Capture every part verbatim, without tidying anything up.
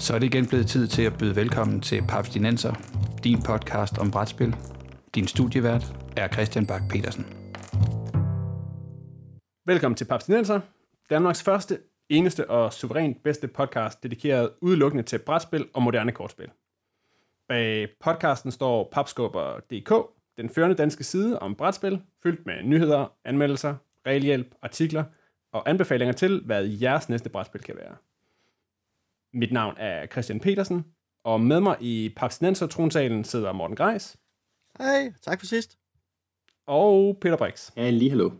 Så er det igen blevet tid til at byde velkommen til Papstinenser, din podcast om brætspil. Din studievært er Christian Bak Petersen. Velkommen til Papstinenser, Danmarks første, eneste og suverænt bedste podcast, dedikeret udelukkende til brætspil og moderne kortspil. Bag podcasten står papskubber punktum d k, den førende danske side om brætspil, fyldt med nyheder, anmeldelser, regelhjælp, artikler og anbefalinger til, hvad jeres næste brætspil kan være. Mit navn er Christian Petersen, og med mig i Papstinenser-tronsalen sidder Morten Greis. Hej, tak for sidst. Og Peter Brix. Ja, lige hallo.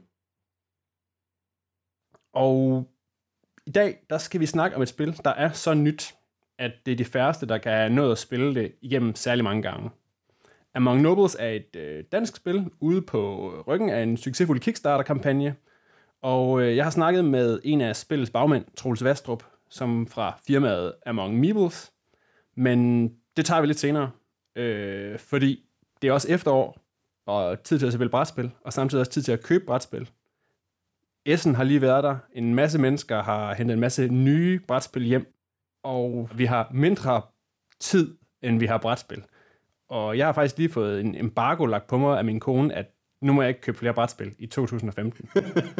Og i dag, der skal vi snakke om et spil, der er så nyt, at det er de færreste, der kan have nået at spille det igennem særlig mange gange. Among Nobles er et øh, dansk spil ude på ryggen af en succesfuld Kickstarter-kampagne, og øh, jeg har snakket med en af spillets bagmænd, Troels Vastrup, som fra firmaet Among Meebles, men det tager vi lidt senere, øh, fordi det er også efterår, og tid til at spille brætspil, og samtidig også tid til at købe brætspil. Essen har lige været der, en masse mennesker har hentet en masse nye brætspil hjem, og vi har mindre tid, end vi har brætspil. Og jeg har faktisk lige fået en embargo lagt på mig af min kone, at nu må jeg ikke købe flere brætspil i to tusind og femten.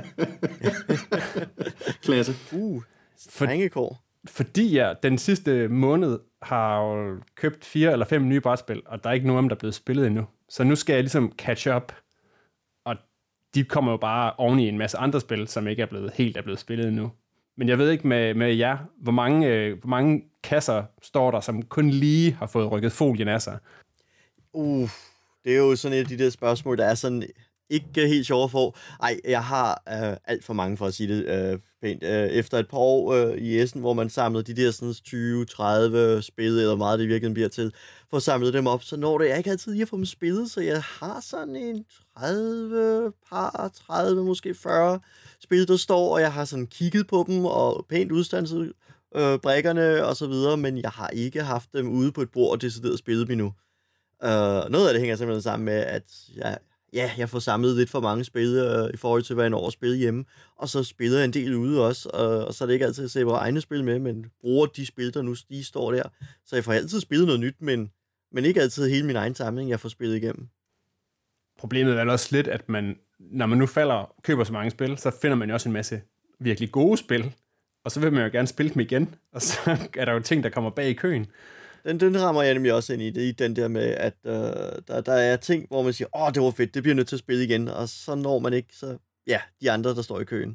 Klasse. Uh, strengekår. Fordi jeg den sidste måned har jo købt fire eller fem nye brætspil, og der er ikke nogen af dem, der er blevet spillet endnu. Så nu skal jeg ligesom catch up, og de kommer jo bare oven i en masse andre spil, som ikke er blevet helt er blevet spillet endnu. Men jeg ved ikke med, med jer, hvor mange, øh, hvor mange kasser står der, som kun lige har fået rykket folien af sig. Uh, det er jo sådan et af de der spørgsmål, der er sådan ikke helt sjovt at få. Ej, jeg har øh, alt for mange, for at sige det øh, pænt. Øh, efter et par år øh, i Essen, hvor man samlede de der sådan tyve tredive spil, eller meget det virkelig bliver til, for at samle dem op, så når det jeg ikke altid lige at få dem spillet, så jeg har sådan en tredive, par tredive, måske fyrre spil, der står, og jeg har sådan kigget på dem, og pænt udstandet øh, brækkerne og så videre, men jeg har ikke haft dem ude på et bord og decideret spillet dem endnu. Uh, noget af det hænger simpelthen sammen med, at jeg, ja, jeg får samlet lidt for mange spil uh, i forhold til, hvad jeg når at spille hjemme, og så spiller jeg en del ude også, uh, og så er det ikke altid at se vores egne spil med, men bruger de spil, der nu de står der. Så jeg får altid spillet noget nyt, men, men ikke altid hele min egen samling, jeg får spillet igennem. Problemet er vel også lidt, at man, når man nu falder køber så mange spil, så finder man jo også en masse virkelig gode spil, og så vil man jo gerne spille dem igen, og så er der jo ting, der kommer bag i køen. Den, den rammer jeg nemlig også ind i, det, i den der med, at øh, der, der er ting, hvor man siger, åh, det var fedt, det bliver nødt til at spille igen, og så når man ikke, så ja, de andre, der står i køen.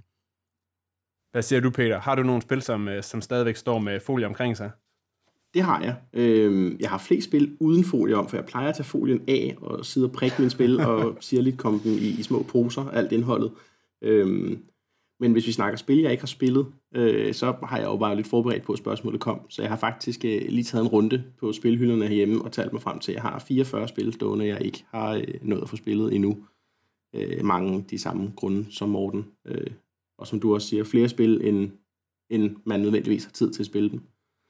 Hvad siger du, Peter? Har du nogle spil, som, som stadigvæk står med folie omkring sig? Det har jeg. Øhm, jeg har flest spil uden folie om, for jeg plejer at tage folien af og sidde og prikke mine spil og sirligt komme dem i, i små poser, alt indholdet. Øhm, men hvis vi snakker spil, jeg ikke har spillet, øh, så har jeg jo bare lidt forberedt på, at spørgsmålet kom. Så jeg har faktisk øh, lige taget en runde på spilhylderne herhjemme og talt mig frem til, at jeg har fireogfyrre spil stående, jeg ikke har øh, nået at få spillet endnu. Øh, mange de samme grunde som Morten. Øh, og som du også siger, flere spil, end, end man nødvendigvis har tid til at spille dem.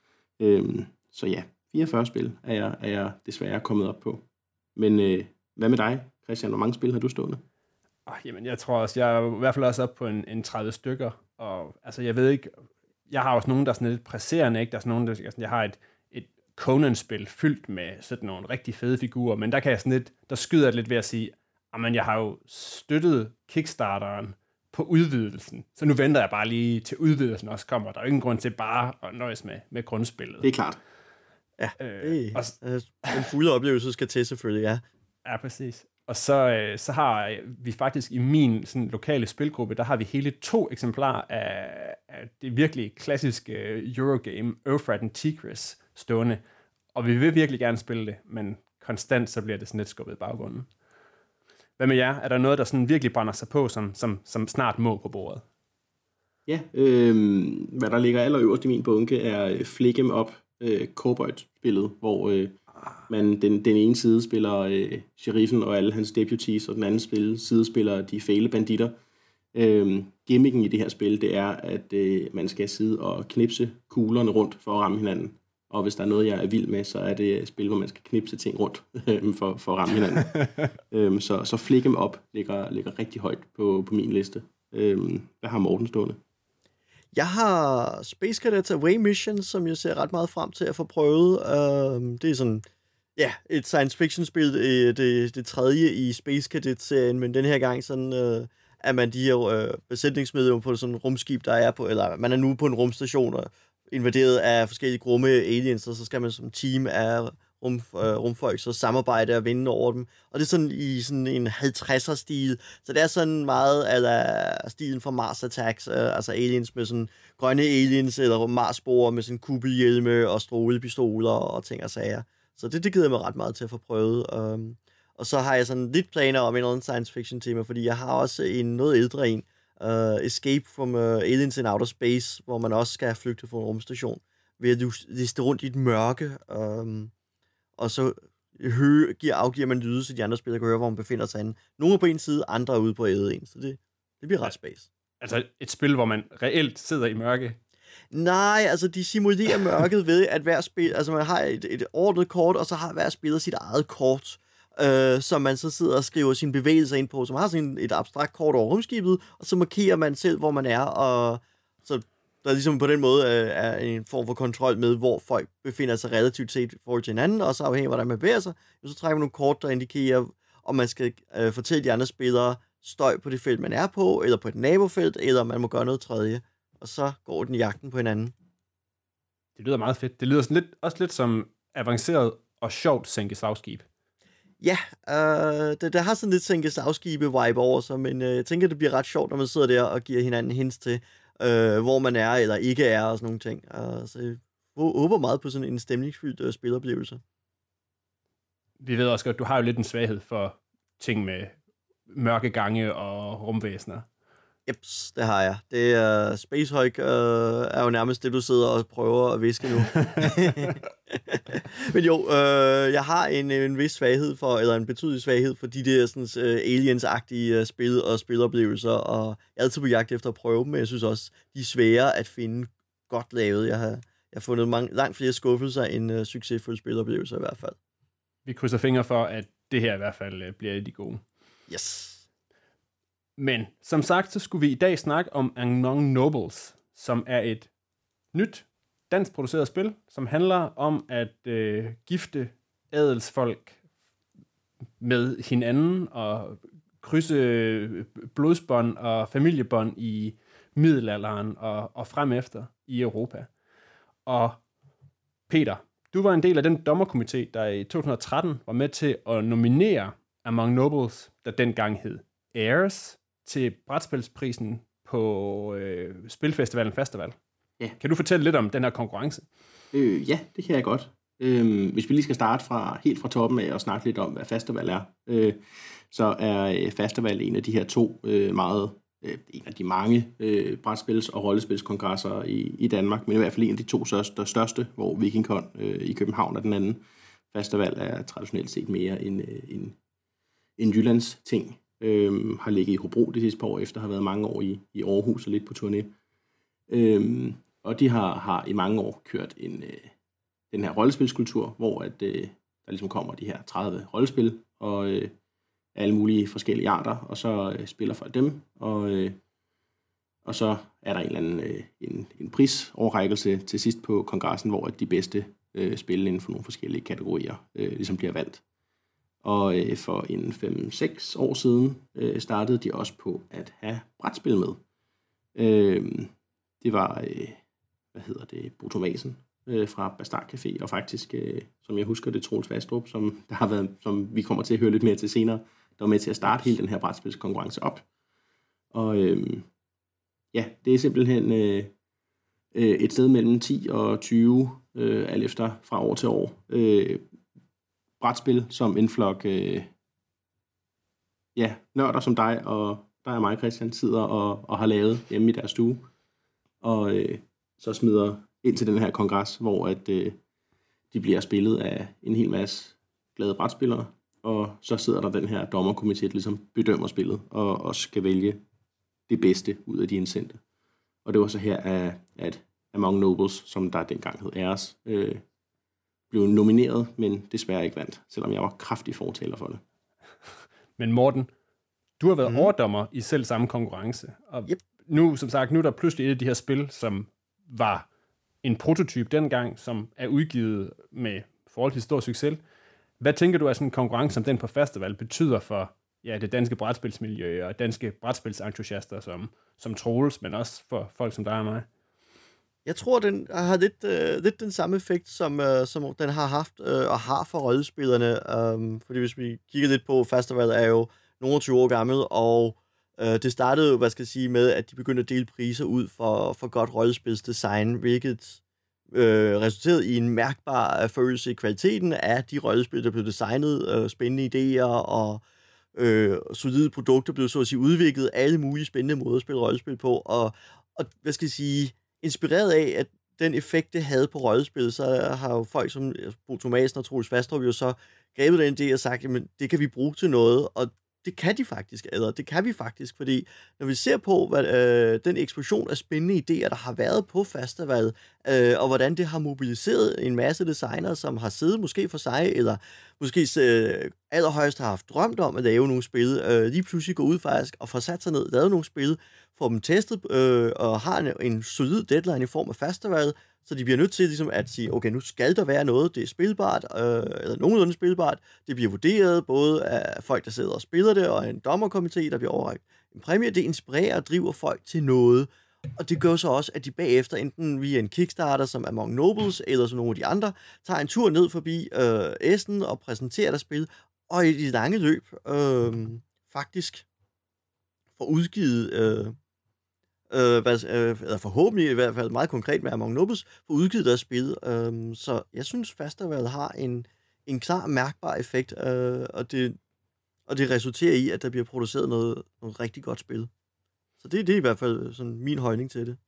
Øh, så ja, fireogfyrre spil er jeg, er jeg desværre kommet op på. Men øh, hvad med dig, Christian? Hvor mange spil har du stående? Oh, jamen, jeg tror også, jeg er i hvert fald også oppe på en, en tredive stykker, og altså, jeg ved ikke, jeg har også nogen, der er sådan lidt presserende, ikke? Der er sådan nogen, der, jeg har et, et Conan-spil fyldt med sådan nogle rigtig fede figurer, men der kan jeg sådan lidt, der skyder jeg lidt ved at sige, men jeg har jo støttet Kickstarteren på udvidelsen, så nu venter jeg bare lige til udvidelsen også kommer. Der er jo ingen grund til bare at nøjes med, med grundspillet. Det er klart. Ja, øh, det, og, en fulde oplevelse skal til selvfølgelig, ja. Ja, præcis. Og så, så har vi faktisk i min sådan, lokale spilgruppe, der har vi hele to eksemplarer af, af det virkelig klassiske Eurogame, Euphrat and Tigris, stående. Og vi vil virkelig gerne spille det, men konstant så bliver det sådan lidt skubbet i baggrunden. Hvad med jer? Er der noget, der sådan virkelig brænder sig på, som, som, som snart må på bordet? Ja, øh, hvad der ligger allerøverst i min bunke er Flick 'em Up, øh, Cowboy-spillet, hvor øh, man den, den ene side spiller øh, sheriffen og alle hans deputies, og den anden spil, side spiller de fæle banditter. Øh, gimmicken i det her spil, det er, at øh, man skal sidde og knipse kuglerne rundt for at ramme hinanden. Og hvis der er noget, jeg er vild med, så er det et spil, hvor man skal knipse ting rundt for, for at ramme hinanden. øhm, så, så Flick 'em Up ligger, ligger rigtig højt på, på min liste. Øhm, hvad har Morten stående? Jeg har Space Cadets Away Mission, som jeg ser ret meget frem til at få prøvet. Uh, det er sådan, ja, et science fiction-spil, det, det, det tredje i Space Cadets-serien, men den her gang sådan, uh, er man de her uh, besætningsmedlemmer på sådan et rumskib, der er på, eller man er nu på en rumstation og invaderet af forskellige grumme aliens, og så skal man som team af rum, uh, rumfolk så samarbejde og vinde over dem. Og det er sådan i sådan en halvtredser-stil, så det er sådan meget af stilen fra Mars Attacks, uh, altså aliens med sådan grønne aliens, eller Marsboer med sådan kuppelhjelme og strålepistoler og ting og sager. Så det, det gider jeg mig ret meget til at få prøvet. Um, og så har jeg sådan lidt planer om en eller anden science fiction tema, fordi jeg har også en noget ældre en, uh, Escape from uh, Aliens in Outer Space, hvor man også skal flygte fra en rumstation ved at liste rundt i et mørke, um, og så hø- giver, afgiver man lyde, så de andre spillere kan høre, hvor man befinder sig henne. Nogle er på en side, andre er ude på æde en, så det, det bliver ret space. Altså et spil, hvor man reelt sidder i mørke? Nej, altså de simulerer mørket ved, at hver spil, altså man har et, et ordnet kort, og så har hver spiller sit eget kort, øh, som man så sidder og skriver sine bevægelser ind på. Så man har sådan et abstrakt kort over rumskibet, og så markerer man selv, hvor man er, og så der er ligesom på den måde øh, er en form for kontrol med, hvor folk befinder sig relativt set i forhold til hinanden, og så afhængig af, hvordan man bevæger sig, så trækker man nogle kort, der indikerer, om man skal øh, fortælle de andre spillere støj på det felt, man er på, eller på et nabofelt, eller man må gøre noget tredje. Og så går den i jagten på hinanden. Det lyder meget fedt. Det lyder sådan lidt, også lidt som avanceret og sjovt sænke slagskib. Ja, øh, det, det har sådan lidt sænke slagskibe-vibe over sig, men øh, jeg tænker, det bliver ret sjovt, når man sidder der og giver hinanden hints til, øh, hvor man er eller ikke er og sådan nogle ting. Uh, så jeg håber meget på sådan en stemningsfyldt øh, spiloplevelse. Vi ved også godt, du har jo lidt en svaghed for ting med mørke gange og rumvæsener. Jeps, det har jeg. Det er uh, Space Hulk uh, er jo nærmest det, du sidder og prøver at viske nu. Men jo, uh, jeg har en, en vis svaghed for, eller en betydelig svaghed for de der sådan, uh, aliens-agtige uh, spil og spiloplevelser, og jeg er altid på jagt efter at prøve dem, men jeg synes også, de er svære at finde godt lavet. Jeg har, jeg har fundet mange, langt flere skuffelser end uh, succesfulde spiloplevelser i hvert fald. Vi krydser fingre for, at det her i hvert fald uh, bliver de gode. Yes. Men som sagt, så skulle vi i dag snakke om Among Nobles, som er et nyt dansk produceret spil, som handler om at øh, gifte adelsfolk med hinanden og krydse blodsbånd og familiebånd i middelalderen og, og frem efter i Europa. Og Peter, du var en del af den dommerkomité, der i to tusind og tretten var med til at nominere Among Nobles, der dengang hed Heirs, til brætspilsprisen på øh, Spilfestivalen Festival. Ja. Kan du fortælle lidt om den her konkurrence? Øh, ja, det kan jeg godt. Øh, hvis vi lige skal starte fra helt fra toppen af og snakke lidt om, hvad Festival er, øh, så er Festival en af de her to øh, meget, øh, en af de mange øh, brætspils- og rollespilskongresser i, i Danmark, men i hvert fald en af de to største, største hvor VikingCon øh, i København er den anden. Festival er traditionelt set mere en, øh, en, en Jyllands ting. Øhm, har ligget i Hobro de sidste par år, efter at have været mange år i, i Aarhus og lidt på turné. Øhm, og de har, har i mange år kørt en, øh, den her rollespilskultur, hvor at, øh, der ligesom kommer de her tredive rollespil, og øh, alle mulige forskellige arter, og så øh, spiller folk dem, og, øh, og så er der en eller anden øh, en, en prisoverrækkelse til sidst på kongressen, hvor at de bedste øh, spil inden for nogle forskellige kategorier øh, ligesom bliver valgt. Og øh, for en fem seks år siden øh, startede de også på at have brætspil med. Øh, det var, øh, hvad hedder det, Bo Thomasen øh, fra Bastard Café, og faktisk, øh, som jeg husker det, Troels Fastrup, som, der har været, som vi kommer til at høre lidt mere til senere, der var med til at starte hele den her brætspilskonkurrence op. Og øh, ja, det er simpelthen øh, øh, et sted mellem ti og tyve, øh, alt efter fra år til år, øh, brætspil, som en flok øh, ja, nørder som dig, og der er mig, Christian, sidder og, og har lavet hjemme i deres stue, og øh, så smider ind til den her kongres, hvor at, øh, de bliver spillet af en hel masse glade brætspillere, og så sidder der den her dommerkomité, der ligesom bedømmer spillet, og, og skal vælge det bedste ud af de indsendte. Og det var så her, at, at Among Nobles, som der dengang hed Heirs, øh, blev nomineret, men desværre ikke vandt, selvom jeg var kraftig fortaler for det. Men Morten, du har været mm. overdommer i selv samme konkurrence, og yep. nu, som sagt, nu er der pludselig et af de her spil, som var en prototype dengang, som er udgivet med forholdsvis stor succes. Hvad tænker du, at sådan en konkurrence som den på festival betyder for ja, det danske brætspilsmiljø og danske brætspilsentusiaster som, som Troels, men også for folk som dig og mig? Jeg tror, den har lidt, øh, lidt den samme effekt, som, øh, som den har haft øh, og har for rollespillerne. Um, fordi hvis vi kigger lidt på, festival er jo nogle tyve år gammel, og øh, det startede jo, hvad skal jeg sige, med, at de begyndte at dele priser ud for, for godt rollespilsdesign, hvilket øh, resulterede i en mærkbar følelse i kvaliteten af de rollespil, der blev designet, øh, spændende idéer og øh, solide produkter blev så at sige udviklet, alle mulige spændende måder at spille rollespil på, og, og hvad skal jeg sige, inspireret af, at den effekt, det havde på rollespil, så har jo folk som Bo Thomasen og Troels Fastrup jo så grebet den idé og sagt, jamen, det kan vi bruge til noget, og det kan de faktisk, eller det kan vi faktisk, fordi når vi ser på hvad, øh, den eksplosion af spændende idéer, der har været på festivalet, øh, og hvordan det har mobiliseret en masse designere, som har siddet måske for sig, eller måske øh, allerhøjst har haft drømt om at lave nogle spil, øh, lige pludselig går ud faktisk og får sat sig ned, lavet nogle spil, får dem testet, øh, og har en, en solid deadline i form af festivalet, så de bliver nødt til ligesom at sige, okay, nu skal der være noget, det er spilbart, øh, eller nogenlunde spilbart, det bliver vurderet både af folk, der sidder og spiller det, og en dommerkomité, der bliver overrækt en præmie, det inspirerer og driver folk til noget, og det gør så også, at de bagefter, enten via en Kickstarter, som Among Nobles, eller som nogle af de andre, tager en tur ned forbi øh, Essen og præsenterer der spil, og i de lange løb øh, faktisk får udgivet øh, Øh, hvad, øh, eller forhåbentlig i hvert fald meget konkret med Among Nobles, for udgivet deres spil. Øh, så jeg synes, festivalet har en, en klar, mærkbar effekt, øh, og, det, og det resulterer i, at der bliver produceret noget, noget rigtig godt spil. Så det, det er i hvert fald sådan min holdning til det.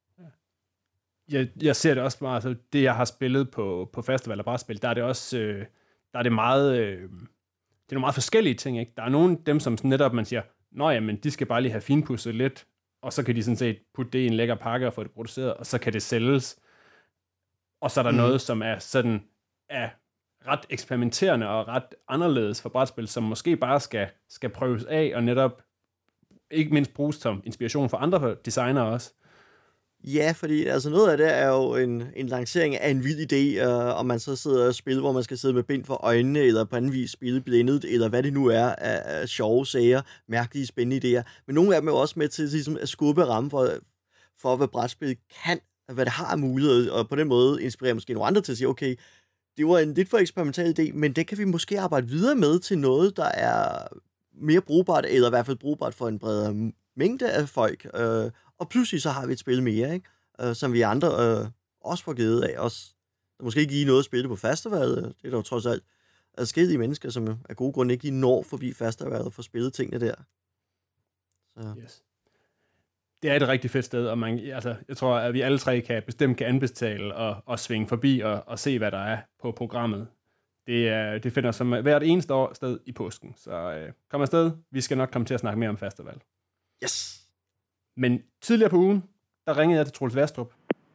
Jeg, jeg ser det også meget, altså det jeg har spillet på, på festival og brætspil, der er det også, øh, der er det meget, øh, det er nogle meget forskellige ting, ikke? Der er nogle af dem, som netop man siger, nå ja, men de skal bare lige have finpudset lidt, og så kan de sådan set putte det i en lækker pakke og få det produceret, og så kan det sælges. Og så er der mm. noget, som er sådan er ret eksperimenterende og ret anderledes for brætspil, som måske bare skal, skal prøves af, og netop ikke mindst bruges som inspiration for andre designere også. Ja, fordi altså noget af det er jo en, en lancering af en vild idé, øh, om man så sidder og spiller, hvor man skal sidde med bind for øjnene, eller på anden vis spille blindet, eller hvad det nu er af, af sjove sager, mærkelige, spændende idéer. Men nogle af dem er jo også med til ligesom, at skubbe ramme for, for, hvad brætspil kan, hvad det har af mulighed, og på den måde inspirerer måske nogle andre til at sige, okay, det var en lidt for eksperimental idé, men det kan vi måske arbejde videre med til noget, der er mere brugbart, eller i hvert fald brugbart for en bredere mængde af folk, øh, og pludselig så har vi et spil mere, ikke? Øh, som vi andre øh, også får givet af os. Der måske ikke lige noget at spille på festivalet. Det er der jo trods alt adskillige mennesker, som af gode grunde ikke lige når forbi festivalet og får spillet tingene der. Så. Yes. Det er et rigtig fedt sted, og man, altså, jeg tror, at vi alle tre kan bestemt kan anbefale og, og svinge forbi og, og se, hvad der er på programmet. Det, er, det finder som hvert eneste år sted i påsken. Så øh, kom afsted. Vi skal nok komme til at snakke mere om festival. Yes! Men tidligere på ugen, der ringede jeg til Troels Fastrup.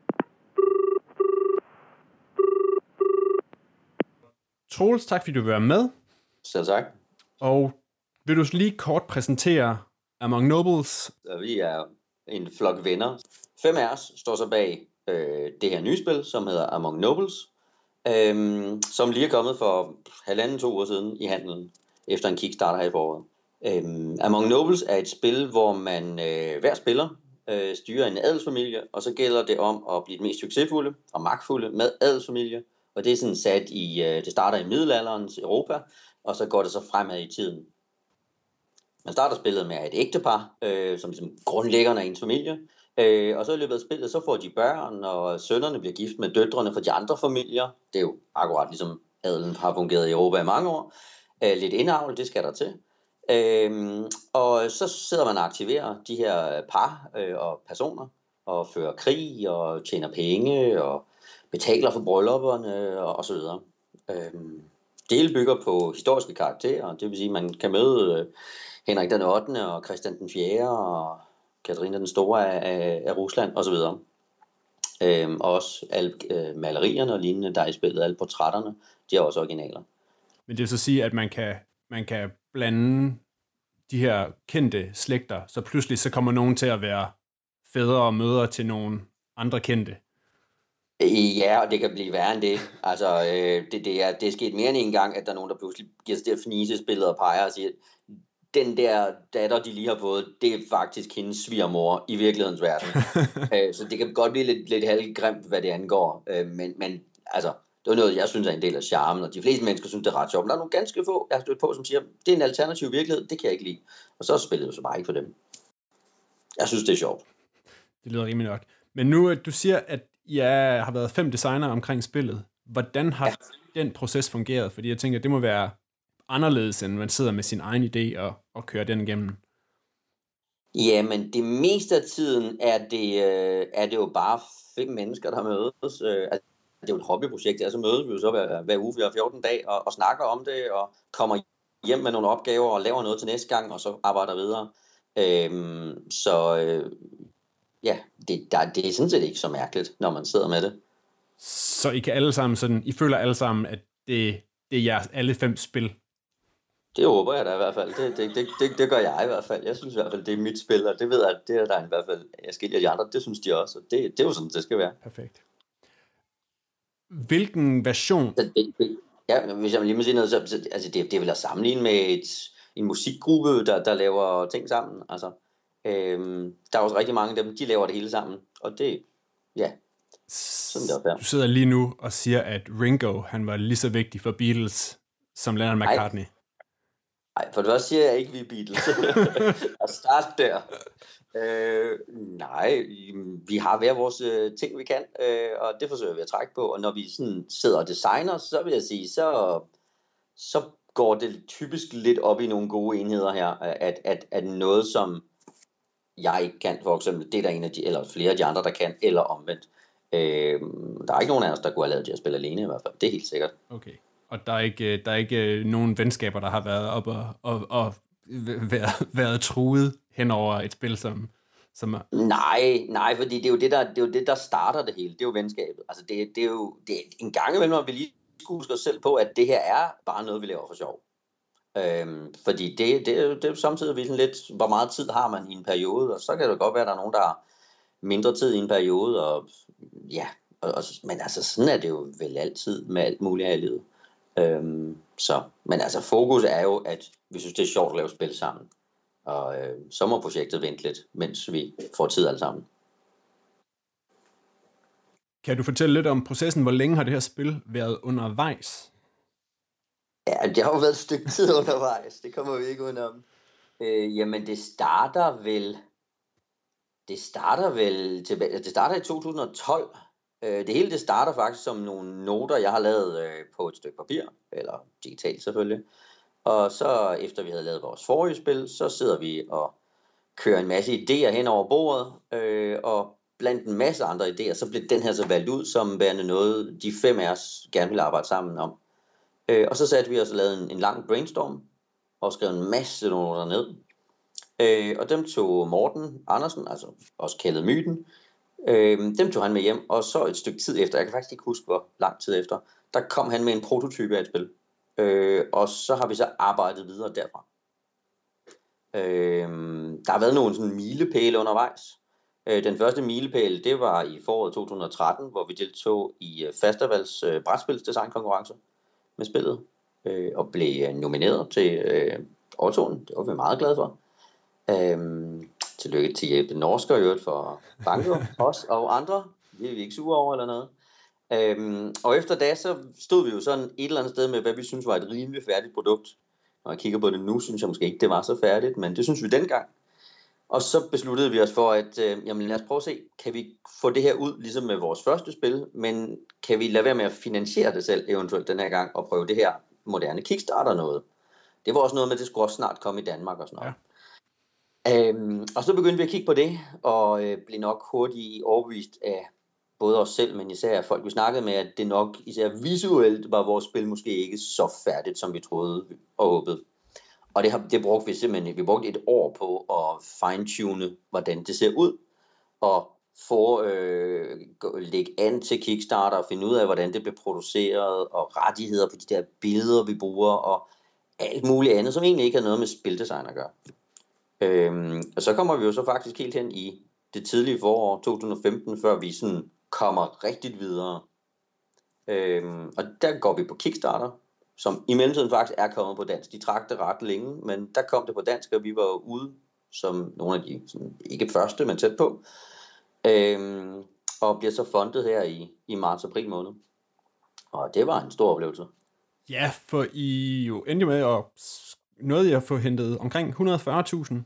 Troels, tak fordi du vil være med. Selv tak. Og vil du lige kort præsentere Among Nobles? Vi er en flok venner. Fem af os står så bag øh, det her nye spil, som hedder Among Nobles, øh, som lige er kommet for halvanden to år siden i handelen, efter en Kickstarter her i foråret. Um, Among Nobles er et spil, hvor man øh, hver spiller øh, styrer en adelsfamilie, og så gælder det om at blive den mest succesfulde og magtfulde med adelsfamilie. Og det er sådan sat i, øh, det starter i middelalderens Europa, og så går det så fremad i tiden. Man starter spillet med et ægtepar, øh, som ligesom grundlæggerne af ens familie, øh, og så i løbet af spillet, så får de børn, og sønnerne bliver gift med døtrene fra de andre familier. Det er jo akkurat ligesom adelen har fungeret i Europa i mange år. Øh, lidt indavl, det skal der til. Øhm, og så sidder man og aktiverer de her par øh, og personer og fører krig og tjener penge og betaler for bryllupperne og, og så videre. Øhm, det hele bygger på historiske karakterer, det vil sige, at man kan møde øh, Henrik den ottende og Christian den fjerde og Katarina den store af, af, af Rusland og så videre. Øhm, og også alle øh, malerierne og lignende, der er i spillet, alle portrætterne, de er også originaler. Men det vil så sige, at man kan, man kan blande de her kendte slægter, så pludselig så kommer nogen til at være fædre og mødre til nogle andre kendte. Ja, og det kan blive værre end det. Altså, øh, det, det, er, det er sket mere end en gang, at der er nogen, der pludselig giver sig det fnisespillet og peger og siger, den der datter, de lige har fået, det er faktisk hendes svigermor i virkelighedens verden. øh, så det kan godt blive lidt, lidt halvgrimt, hvad det angår. Øh, men, men altså, det er noget, jeg synes er en del af charmen, og de fleste mennesker synes, det er ret sjovt. Men der er nogle ganske få, jeg har stødt på, som siger, det er en alternativ virkelighed, det kan jeg ikke lide. Og så spiller det så bare ikke for dem. Jeg synes, det er sjovt. Det lyder rimelig nok. Men nu, du siger, at jeg har været fem designer omkring spillet. Hvordan har ja. den proces fungeret? Fordi jeg tænker, det må være anderledes, end man sidder med sin egen idé og, og kører den igennem. Jamen, det meste af tiden er det, øh, er det jo bare fem mennesker, der mødes. Øh, altså, det er jo et hobbyprojekt, altså mødes vi jo så hver, hver uge, vi har fjorten dage, og, og snakker om det, og kommer hjem med nogle opgaver, og laver noget til næste gang, og så arbejder videre. Øh, så øh, ja, det, der, det er sådan set ikke så mærkeligt, når man sidder med det. Så I kan alle sammen sådan, I føler alle sammen, at det, det er jeres alle fem spil? Det håber jeg da i hvert fald. Det, det, det, det, det gør jeg i hvert fald. Jeg synes i hvert fald, det er mit spil, og det ved jeg, det er der i hvert fald. Jeg skiljer de andre, det synes de også. Det, det er jo sådan, det skal være. Perfekt. Hvilken version? Det, det, ja, hvis jeg lige må sige noget, så, så altså det, det vil jeg sammenligne med et, en musikgruppe, der, der laver ting sammen. Altså, øhm, der er også rigtig mange af dem, de laver det hele sammen. Og det, ja, sådan det er. Du sidder lige nu og siger, at Ringo, han var lige så vigtig for Beatles, som Lennon McCartney. Ej. Nej, for det første siger jeg ikke, vi er Beatles. Og start der. Øh, nej, vi har hver vores øh, ting, vi kan, øh, og det forsøger vi at trække på. Og når vi sådan sidder og designer, så vil jeg sige, så, så går det typisk lidt op i nogle gode enheder her. At, at, at noget, som jeg ikke kan, for eksempel, det er der en af de, eller flere af de andre, der kan, eller omvendt. Øh, der er ikke nogen af os, der kunne have lavet det at spille alene i hvert fald. Det er helt sikkert. Okay. Og der er ikke, der er ikke nogen venskaber, der har været op og, og, og været, været truet hen over et spil, som... som er... Nej, nej, fordi det er, jo det, der, det er jo det, der starter det hele. Det er jo venskabet. Altså, det, det er jo det er en gang imellem, at vi lige skulle huske os selv på, at det her er bare noget, vi laver for sjov. Øhm, fordi det, det, er jo, det er jo samtidig sådan lidt, hvor meget tid har man i en periode, og så kan det godt være, at der er nogen, der har mindre tid i en periode, og ja, og, og, men altså, sådan er det jo vel altid med alt muligt her i livet. Øhm, så, men altså fokus er jo, at vi synes det er sjovt at lave spil sammen, og øh, så må projektet vente lidt, mens vi får tid alle sammen. Kan du fortælle lidt om processen? Hvor længe har det her spil været undervejs? Ja, det har jo været et stykke tid undervejs, det kommer vi ikke udenom. øh, Jamen det starter vel Det starter vel tilbage, det starter i to tusind og tolv. Det hele det starter faktisk som nogle noter, jeg har lavet øh, på et stykke papir, eller digitalt selvfølgelig. Og så efter vi havde lavet vores forrige spil, så sidder vi og kører en masse idéer hen over bordet, øh, og blandt en masse andre idéer, så blev den her så valgt ud som værende noget, de fem af os gerne ville arbejde sammen om. Øh, og så satte vi os og lavede en, en lang brainstorm, og skrev en masse noter ned. Øh, og dem tog Morten Andersen, altså også kaldet Myten, Øh, dem tog han med hjem, og så et stykke tid efter, jeg kan faktisk ikke huske, hvor lang tid efter, der kom han med en prototype af et spil. Øh, og så har vi så arbejdet videre derfra. Øh, der har været nogle sådan milepæle undervejs. Øh, den første milepæl, det var i foråret to tusind og tretten, hvor vi deltog i Fastavals øh, brætspilsdesignkonkurrence med spillet, øh, og blev nomineret til øh, Ottoen. Det var vi meget glade for. Øh, Tillykke til Jeppe Norsker og øvrigt for Banko, os og andre. Det er vi ikke sure over eller noget. Øhm, og efter da, så stod vi jo sådan et eller andet sted med, hvad vi synes var et rimelig færdigt produkt. Når jeg kigger på det nu, synes jeg måske ikke, det var så færdigt, men det synes vi dengang. Og så besluttede vi os for, at øh, jamen lad os prøve at se, kan vi få det her ud, ligesom med vores første spil, men kan vi lade være med at finansiere det selv eventuelt den her gang, og prøve det her moderne Kickstarter noget. Det var også noget med, at det skulle også snart komme i Danmark og sådan noget. Ja. Øhm, og så begyndte vi at kigge på det, og øh, blev nok hurtigt overbevist af både os selv, men især af folk, vi snakkede med, at det nok især visuelt var vores spil måske ikke så færdigt, som vi troede og håbede. Og det, har, det brugte vi simpelthen, vi brugte et år på at fine-tune, hvordan det ser ud, og få øh, lægge an til Kickstarter og finde ud af, hvordan det bliver produceret, og rettigheder på de der billeder, vi bruger, og alt muligt andet, som egentlig ikke har noget med spildesign at gøre. Øhm, og så kommer vi jo så faktisk helt hen i det tidlige forår to tusind og femten, før vi sådan kommer rigtigt videre. Øhm, og der går vi på Kickstarter, som i mellemtiden faktisk er kommet på dansk. De trak det ret længe, men der kom det på dansk, og vi var ude som nogle af de, sådan, ikke første, men tæt på. Øhm, og bliver så fundet her i, i marts-april måned. Og det var en stor oplevelse. Ja, for I jo endte med at nåede jeg at få hentet omkring et hundrede og fyrre tusind.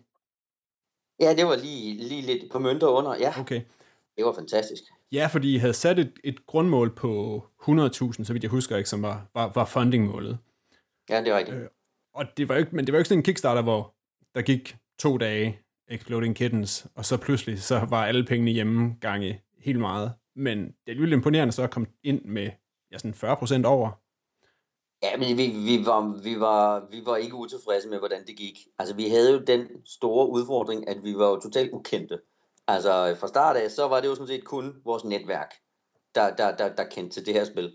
Ja, det var lige, lige lidt på mønter under, ja. Okay. Det var fantastisk. Ja, fordi I havde sat et, et grundmål på hundrede tusind, så vidt jeg husker ikke, som var, var, var fundingmålet. Ja, det er rigtigt. Øh, og det var jo ikke, men det var jo ikke sådan en Kickstarter, hvor der gik to dage Exploding Kittens, og så pludselig så var alle pengene hjemme gange helt meget. Men det er alligevel imponerende så at komme ind med ja, sådan fyrre procent over. Ja, men vi, vi, var, vi, var, vi var ikke utilfredse med, hvordan det gik. Altså, vi havde jo den store udfordring, at vi var jo totalt ukendte. Altså, fra start af, så var det jo sådan set kun vores netværk, der, der, der, der kendte til det her spil.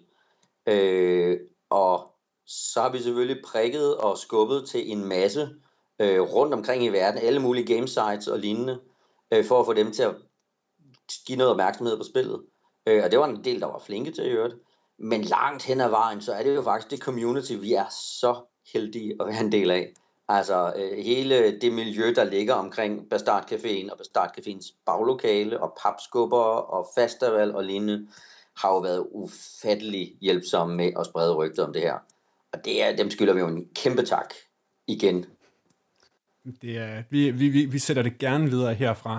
Øh, og så har vi selvfølgelig prikket og skubbet til en masse øh, rundt omkring i verden, alle mulige game sites og lignende, øh, for at få dem til at give noget opmærksomhed på spillet. Øh, og det var en del, der var flinke til at høre det. Men langt hen ad vejen, så er det jo faktisk det community, vi er så heldige at være en del af. Altså øh, hele det miljø, der ligger omkring Bastard Caféen og Bastard Caféens baglokale og papskubber og festival og lignende, har jo været ufattelig hjælpsomme med at sprede rygter om det her. Og det er, dem skylder vi jo en kæmpe tak igen. Det er, vi, vi, vi sætter det gerne videre herfra.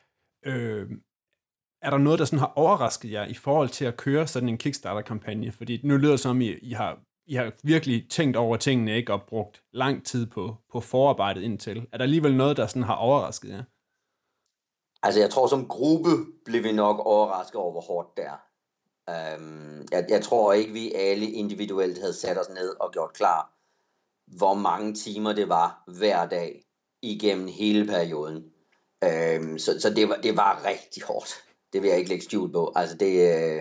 Øh, er der noget, der sådan har overrasket jer i forhold til at køre sådan en Kickstarter-kampagne? Fordi nu lyder det som, I, I, har, I har virkelig tænkt over tingene, ikke, og brugt lang tid på, på forarbejdet indtil. Er der alligevel noget, der sådan har overrasket jer? Altså, jeg tror, som gruppe blev vi nok overrasket over, hvor hårdt det er. Um, jeg, jeg tror ikke, vi alle individuelt havde sat os ned og gjort klar, hvor mange timer det var hver dag igennem hele perioden. Um, så så det, var, det var rigtig hårdt. Det vil jeg ikke lægge skjul på. Altså det,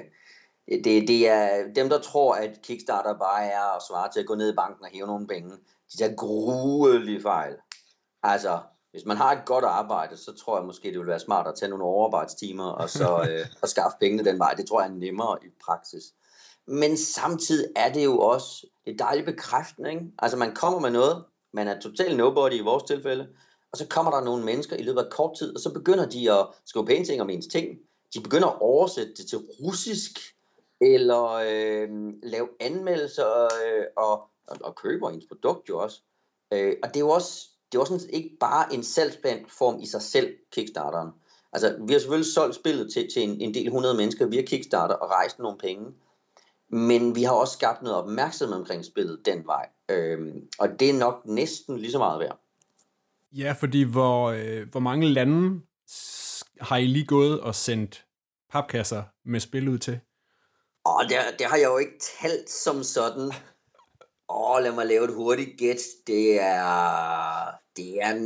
det, det er dem, der tror, at Kickstarter bare er at svare til at gå ned i banken og hæve nogle penge. De tager gruelige fejl. Altså, hvis man har et godt arbejde, så tror jeg måske, det vil være smart at tage nogle overarbejdstimer og så øh, og skaffe pengene den vej. Det tror jeg er nemmere i praksis. Men samtidig er det jo også det dejlige bekræftende, ikke? Altså, man kommer med noget, man er totalt nobody i vores tilfælde, og så kommer der nogle mennesker i løbet af kort tid, og så begynder de at skrive pæne ting om ens ting. De begynder at oversætte det til russisk, eller øh, lave anmeldelser øh, og, og, og køber ens produkt jo også. Øh, og det er jo også, det er også sådan, ikke bare en salgsplatform i sig selv, Kickstarteren. Altså, vi har selvfølgelig solgt spillet til, til en, en del hundrede mennesker via Kickstarter og rejst nogle penge. Men vi har også skabt noget opmærksomhed omkring spillet den vej. Øh, og det er nok næsten lige så meget værd. Ja, fordi hvor, øh, hvor mange lande har I lige gået og sendt papkasser med spil ud til? Åh, det, det har jeg jo ikke talt som sådan. Åh, lad mig lave et hurtigt gæt. Det er... Det er...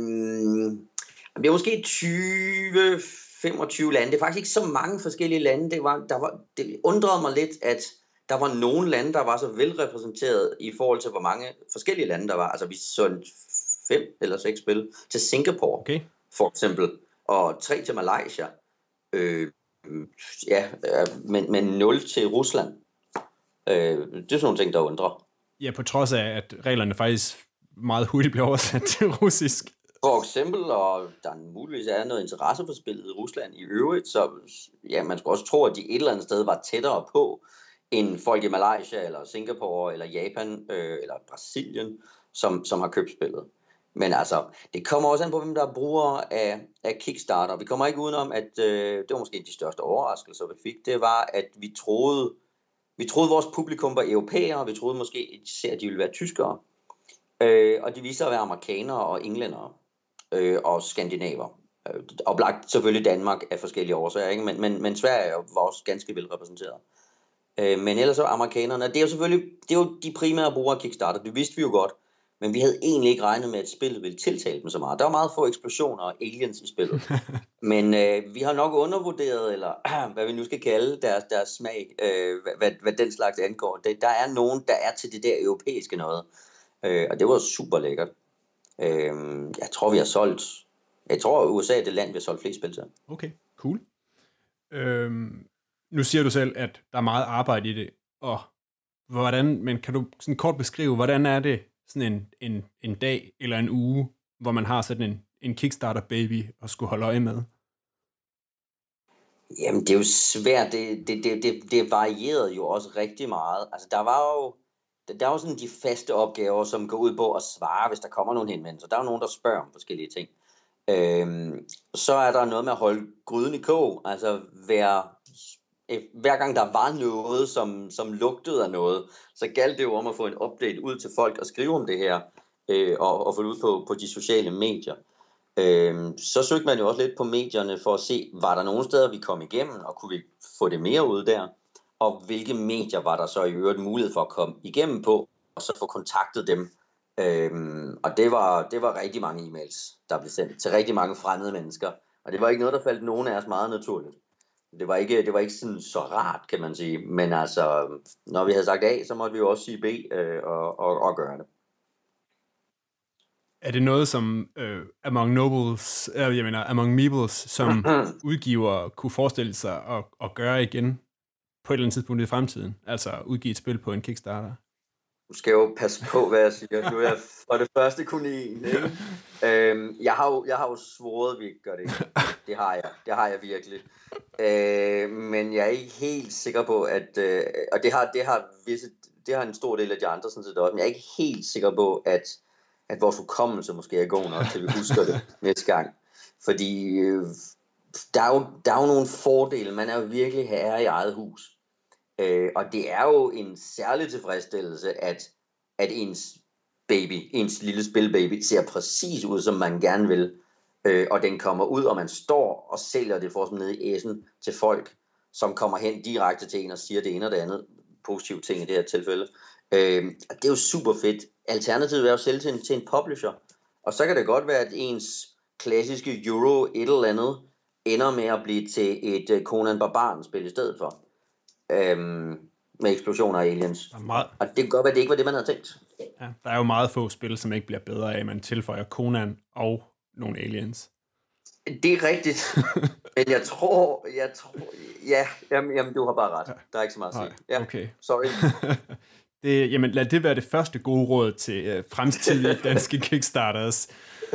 Det er måske tyve femogtyve lande. Det er faktisk ikke så mange forskellige lande. Det, var, der var, det undrede mig lidt, at der var nogle lande, der var så velrepræsenteret i forhold til, hvor mange forskellige lande der var. Altså, vi så fem eller seks spil til Singapore, okay, for eksempel, og tre til Malaysia. Øh, ja, men, men nul til Rusland. Øh, det er sådan nogle ting, der undrer. Ja, på trods af, at reglerne faktisk meget hurtigt bliver oversat til russisk. For eksempel, og der muligvis er noget interesse for spillet i Rusland i øvrigt, så ja, man skulle også tro, at de et eller andet sted var tættere på, end folk i Malaysia, eller Singapore, eller Japan, øh, eller Brasilien, som, som har købt spillet. Men altså, det kommer også an på, hvem der er brugere af, af Kickstarter. Vi kommer ikke udenom, at øh, det var måske de største overraskelser, vi fik. Det var, at vi troede, vi troede vores publikum var europæere, vi troede måske især, at de ville være tyskere. Øh, og de viser at være amerikanere og englændere øh, og skandinaver. Øh, oplagt selvfølgelig Danmark af forskellige årsager, ikke? Men, men, men Sverige var også ganske velrepræsenteret. Øh, men ellers så amerikanerne, det er jo selvfølgelig det er jo de primære brugere af Kickstarter, det vidste vi jo godt. Men vi havde egentlig ikke regnet med, at spillet ville tiltale dem så meget. Der var meget få eksplosioner og aliens i spillet. Men øh, vi har nok undervurderet, eller øh, hvad vi nu skal kalde deres, deres smag, øh, hvad, hvad den slags angår. Det, der er nogen, der er til det der europæiske noget. Øh, og det var super lækkert. Øh, jeg tror, vi har solgt... Jeg tror, U S A er det land, vi har solgt flest spil til. Okay. Cool. Øhm, nu siger du selv, at der er meget arbejde i det, og hvordan, men kan du sådan kort beskrive, hvordan er det sådan en, en, en dag eller en uge, hvor man har sådan en, en Kickstarter-baby og skulle holde øje med? Jamen, det er jo svært. Det, det, det, det, det varierede jo også rigtig meget. Altså, der var jo, der var jo sådan de faste opgaver, som går ud på at svare, hvis der kommer nogle henvendelser. Der er jo nogen, der spørger om forskellige ting. Øhm, så er der noget med at holde gryden i kog. Altså, hver, hver gang der var noget, som, som lugtede af noget, så galt det jo om at få en update ud til folk og skrive om det her, øh, og, og få det ud på, på de sociale medier. Øhm, så søgte man jo også lidt på medierne for at se, var der nogle steder, vi kom igennem, og kunne vi få det mere ud der? Og hvilke medier var der så i øvrigt mulighed for at komme igennem på, og så få kontaktet dem. Øhm, og det var, det var rigtig mange e-mails, der blev sendt til rigtig mange fremmede mennesker. Og det var ikke noget, der faldt nogen af os meget naturligt. Det var ikke, det var ikke sådan så rart, kan man sige. Men altså, når vi havde sagt A, så måtte vi jo også sige B øh, og, og, og gøre det. Er det noget, som øh, Among Nobles, øh, jeg mener Among Meebles, som udgiver kunne forestille sig at, at gøre igen på et eller andet tidspunkt i fremtiden? Altså udgive et spil på en Kickstarter? Du skal jo passe på, hvad jeg siger. Nu er jeg for det første kun en, ikke? Øhm, jeg, har jo, jeg har jo svoret, at vi ikke gør det. Det har jeg. Det har jeg virkelig. Øh, men jeg er ikke helt sikker på, at... Øh, og det har, det, har visse, det har en stor del af de andre sådan set også, men jeg er ikke helt sikker på, at at vores hukommelse måske er god nok, til vi husker det næste gang. Fordi øh, der, er jo, der er jo nogle fordele. Man er jo virkelig herre i eget hus. Øh, og det er jo en særlig tilfredsstillelse, at, at ens baby, ens lille spilbaby, ser præcis ud, som man gerne vil. Øh, og den kommer ud, og man står og sælger det for som nede i æsen til folk, som kommer hen direkte til en og siger det ene og det andet. Positive ting i det her tilfælde. Øh, det er jo super fedt. Alternativet er jo at sælge til en, til en publisher. Og så kan det godt være, at ens klassiske Euro et eller andet ender med at blive til et uh, Conan Barbaren-spil i stedet for. Øhm, med eksplosioner af aliens. Meget... Og det kan godt være, at det ikke var det, man havde tænkt. Ja, der er jo meget få spil, som ikke bliver bedre af, at man tilføjer Conan og nogle aliens. Det er rigtigt. Men jeg tror, jeg tror, ja, jamen, jamen du har bare ret. Der er ikke så meget at sige. Ja, okay. Sorry. Det, jamen lad det være det første gode råd til øh, fremtidige danske Kickstarters.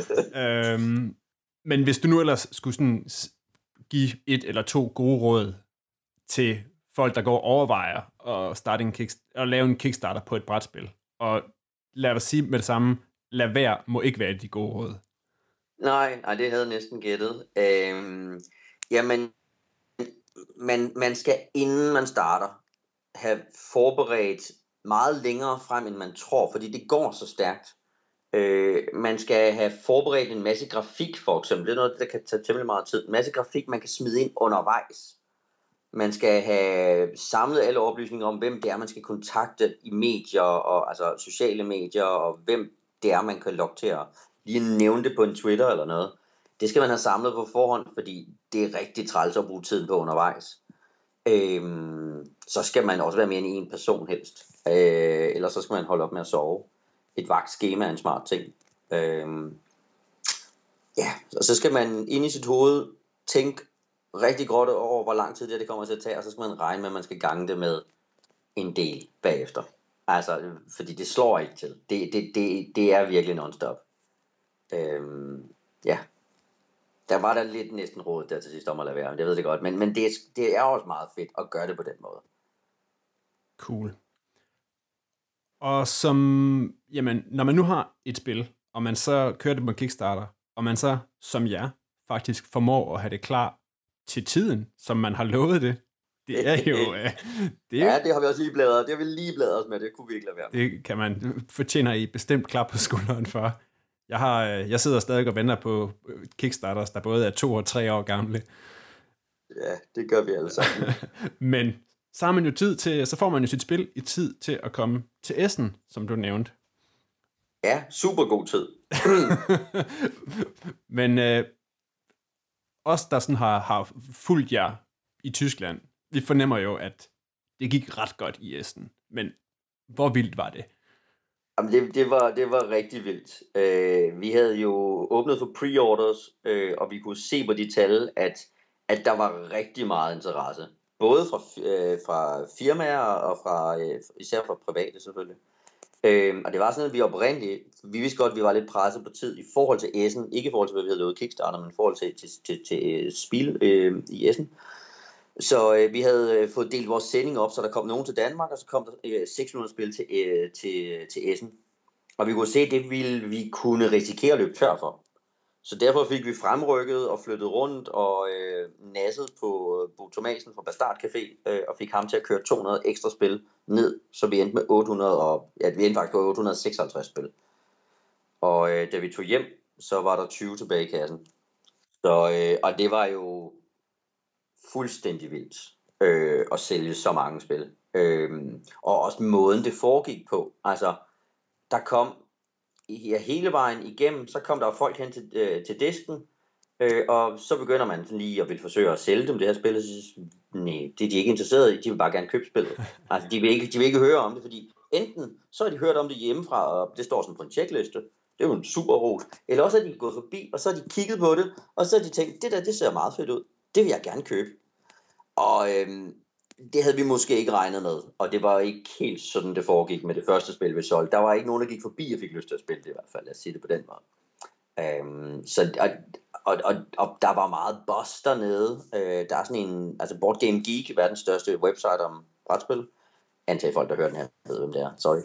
øhm, men hvis du nu ellers skulle sådan give et eller to gode råd til folk, der går og overvejer at, starte en kick- at lave en Kickstarter på et brætspil, og lad os sige med det samme, lad være må ikke være de gode råd. Nej, nej, det havde jeg næsten gættet. Øhm, jamen, man, man skal inden man starter have forberedt meget længere frem, end man tror, fordi det går så stærkt. Øh, man skal have forberedt en masse grafik, for eksempel. Det er noget, der kan tage temmelig meget tid. En masse grafik, man kan smide ind undervejs. Man skal have samlet alle oplysninger om, hvem det er, man skal kontakte i medier, og, altså sociale medier, og hvem det er, man kan logge til at lige nævne det på en Twitter eller noget. Det skal man have samlet på forhånd, fordi det er rigtig træls at bruge tiden på undervejs. Øhm, så skal man også være mere end en person helst. Øh, ellers så skal man holde op med at sove. Et vagtskema er en smart ting. Øhm, ja, og så skal man ind i sit hoved tænke rigtig godt over, hvor lang tid det, det kommer til at tage, og så skal man regne med, at man skal gange det med en del bagefter. Altså, fordi det slår ikke til. Det, det, det, det er virkelig non-stop. Øhm, ja. Der var der lidt næsten råd der til sidst om at lade være, det ved det godt, men, men det, det er også meget fedt at gøre det på den måde. Cool. Og som, jamen, når man nu har et spil, og man så kører det på Kickstarter, og man så, som jer, faktisk formår at have det klar til tiden, som man har lovet det, det er jo... uh, det er, ja, det har vi også lige bladret. Det har vi lige bladret os med, det kunne vi ikke lade være med. Det kan man fortjener i bestemt klap på skulderen for. Jeg, har, jeg sidder stadig og venter på Kickstarters, der både er to og tre år gamle. Ja, det gør vi alle sammen. Men så har man jo tid til, så får man jo sit spil i tid til at komme til Essen, som du nævnte. Ja, super god tid. Men øh, os, der sådan har, har fulgt jer i Tyskland, vi fornemmer jo, at det gik ret godt i Essen. Men hvor vildt var det? Jamen, det, det, var, det var rigtig vildt. Øh, vi havde jo åbnet for pre-orders, øh, og vi kunne se på de tal, at at der var rigtig meget interesse. Både fra, øh, fra firmaer og fra, øh, især fra private selvfølgelig. Øh, og det var sådan, at vi oprindeligt, vi vidste godt, at vi var lidt presset på tid i forhold til Essen. Ikke i forhold til, hvad vi havde lavet Kickstarter, men i forhold til, til, til, til spil øh, i Essen. Så øh, vi havde øh, fået delt vores sending op, så der kom nogen til Danmark, og så kom der øh, seks hundrede spil til, øh, til, til Essen. Og vi kunne se, at det ville vi kunne risikere at løbe tør for. Så derfor fik vi fremrykket og flyttet rundt og øh, nasset på øh, Bo Thomasen fra Bastard Café øh, og fik ham til at køre to hundrede ekstra spil ned, så vi endte med otte hundrede og ja, vi endte faktisk på otte hundrede og seksoghalvtreds spil. Og øh, da vi tog hjem, så var der tyve tilbage i kassen. Så øh, og det var jo fuldstændig vildt øh, at sælge så mange spil. Øh, og også måden det foregik på. Altså der kom ja, hele vejen igennem, så kom der folk hen til, øh, til disken, øh, og så begynder man sådan lige at vil forsøge at sælge dem det her spil, og så nej, det er de ikke interesseret i, de vil bare gerne købe spillet. Altså, de vil, ikke, de vil ikke høre om det, fordi enten så har de hørt om det hjemmefra, og det står sådan på en checkliste, det er jo en super rot, eller også er de gået forbi, og så har de kigget på det, og så har de tænkt, det der, det ser meget fedt ud, det vil jeg gerne købe. Og øhm, det havde vi måske ikke regnet med, og det var ikke helt sådan, det foregik med det første spil, vi solgte. Der var ikke nogen, der gik forbi og fik lyst til at spille det i hvert fald, lad os sige det på den måde. Øhm, så, og, og, og, og der var meget buzz dernede. Øh, der er sådan en, altså Board Game Geek, verdens største website om brætspil. Antag folk, der hører den her, ved hvem det er, sorry.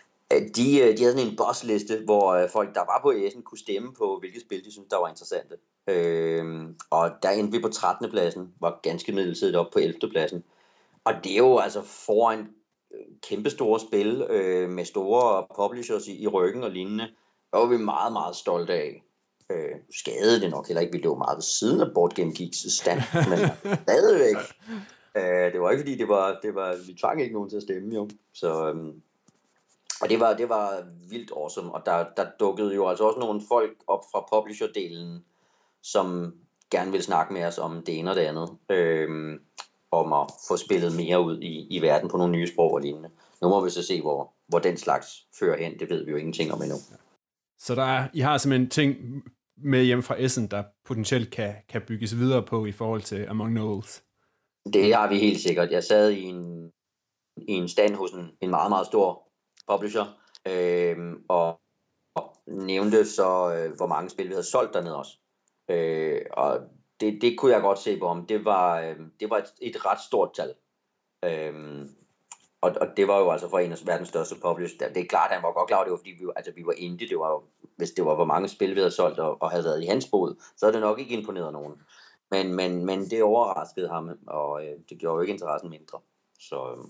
De, de havde sådan en bossliste, hvor folk, der var på Essen, kunne stemme på, hvilke spil de syntes, der var interessante. Øhm, og der endte vi på trettende pladsen, var ganske midlertidigt op på ellevte pladsen. Og det er jo altså foran kæmpe store spil øh, med store publishers i, i ryggen og lignende. Der var vi meget, meget stolte af. Øh, skadede det nok heller ikke, vi lå meget ved siden af Board Game Geeks stand, men stadigvæk. Øh, det var ikke fordi, det var, det var, vi tvang ikke nogen til at stemme jo. Så, øhm, og det var, det var vildt awesome, og der, der dukkede jo altså også nogle folk op fra publisher-delen, som gerne ville snakke med os om det ene og det andet. Øh, om at få spillet mere ud i, i verden på nogle nye sprog og lignende. Nu må vi så se, hvor, hvor den slags fører hen. Det ved vi jo ingenting om endnu. Så der er, I har simpelthen ting med hjem fra Essen, der potentielt kan, kan bygges videre på i forhold til Among Nobles? Det har vi helt sikkert. Jeg sad i en, i en stand hos en, en meget, meget stor publisher, øh, og, og nævnte så, øh, hvor mange spil vi havde solgt dernede også. Øh, og Det, det kunne jeg godt se på om. Det var, øh, det var et, et ret stort tal. Øhm, og, og det var jo altså for en af verdens største publisher. Det er klart, at han var godt klar over det, var, fordi vi, altså, vi var indie. Det var jo, hvis det var, hvor mange spil vi havde solgt og, og havde været i hans bod, så havde det nok ikke imponeret nogen. Men, men, men det overraskede ham, og øh, det gjorde jo ikke interessen mindre. Så øh,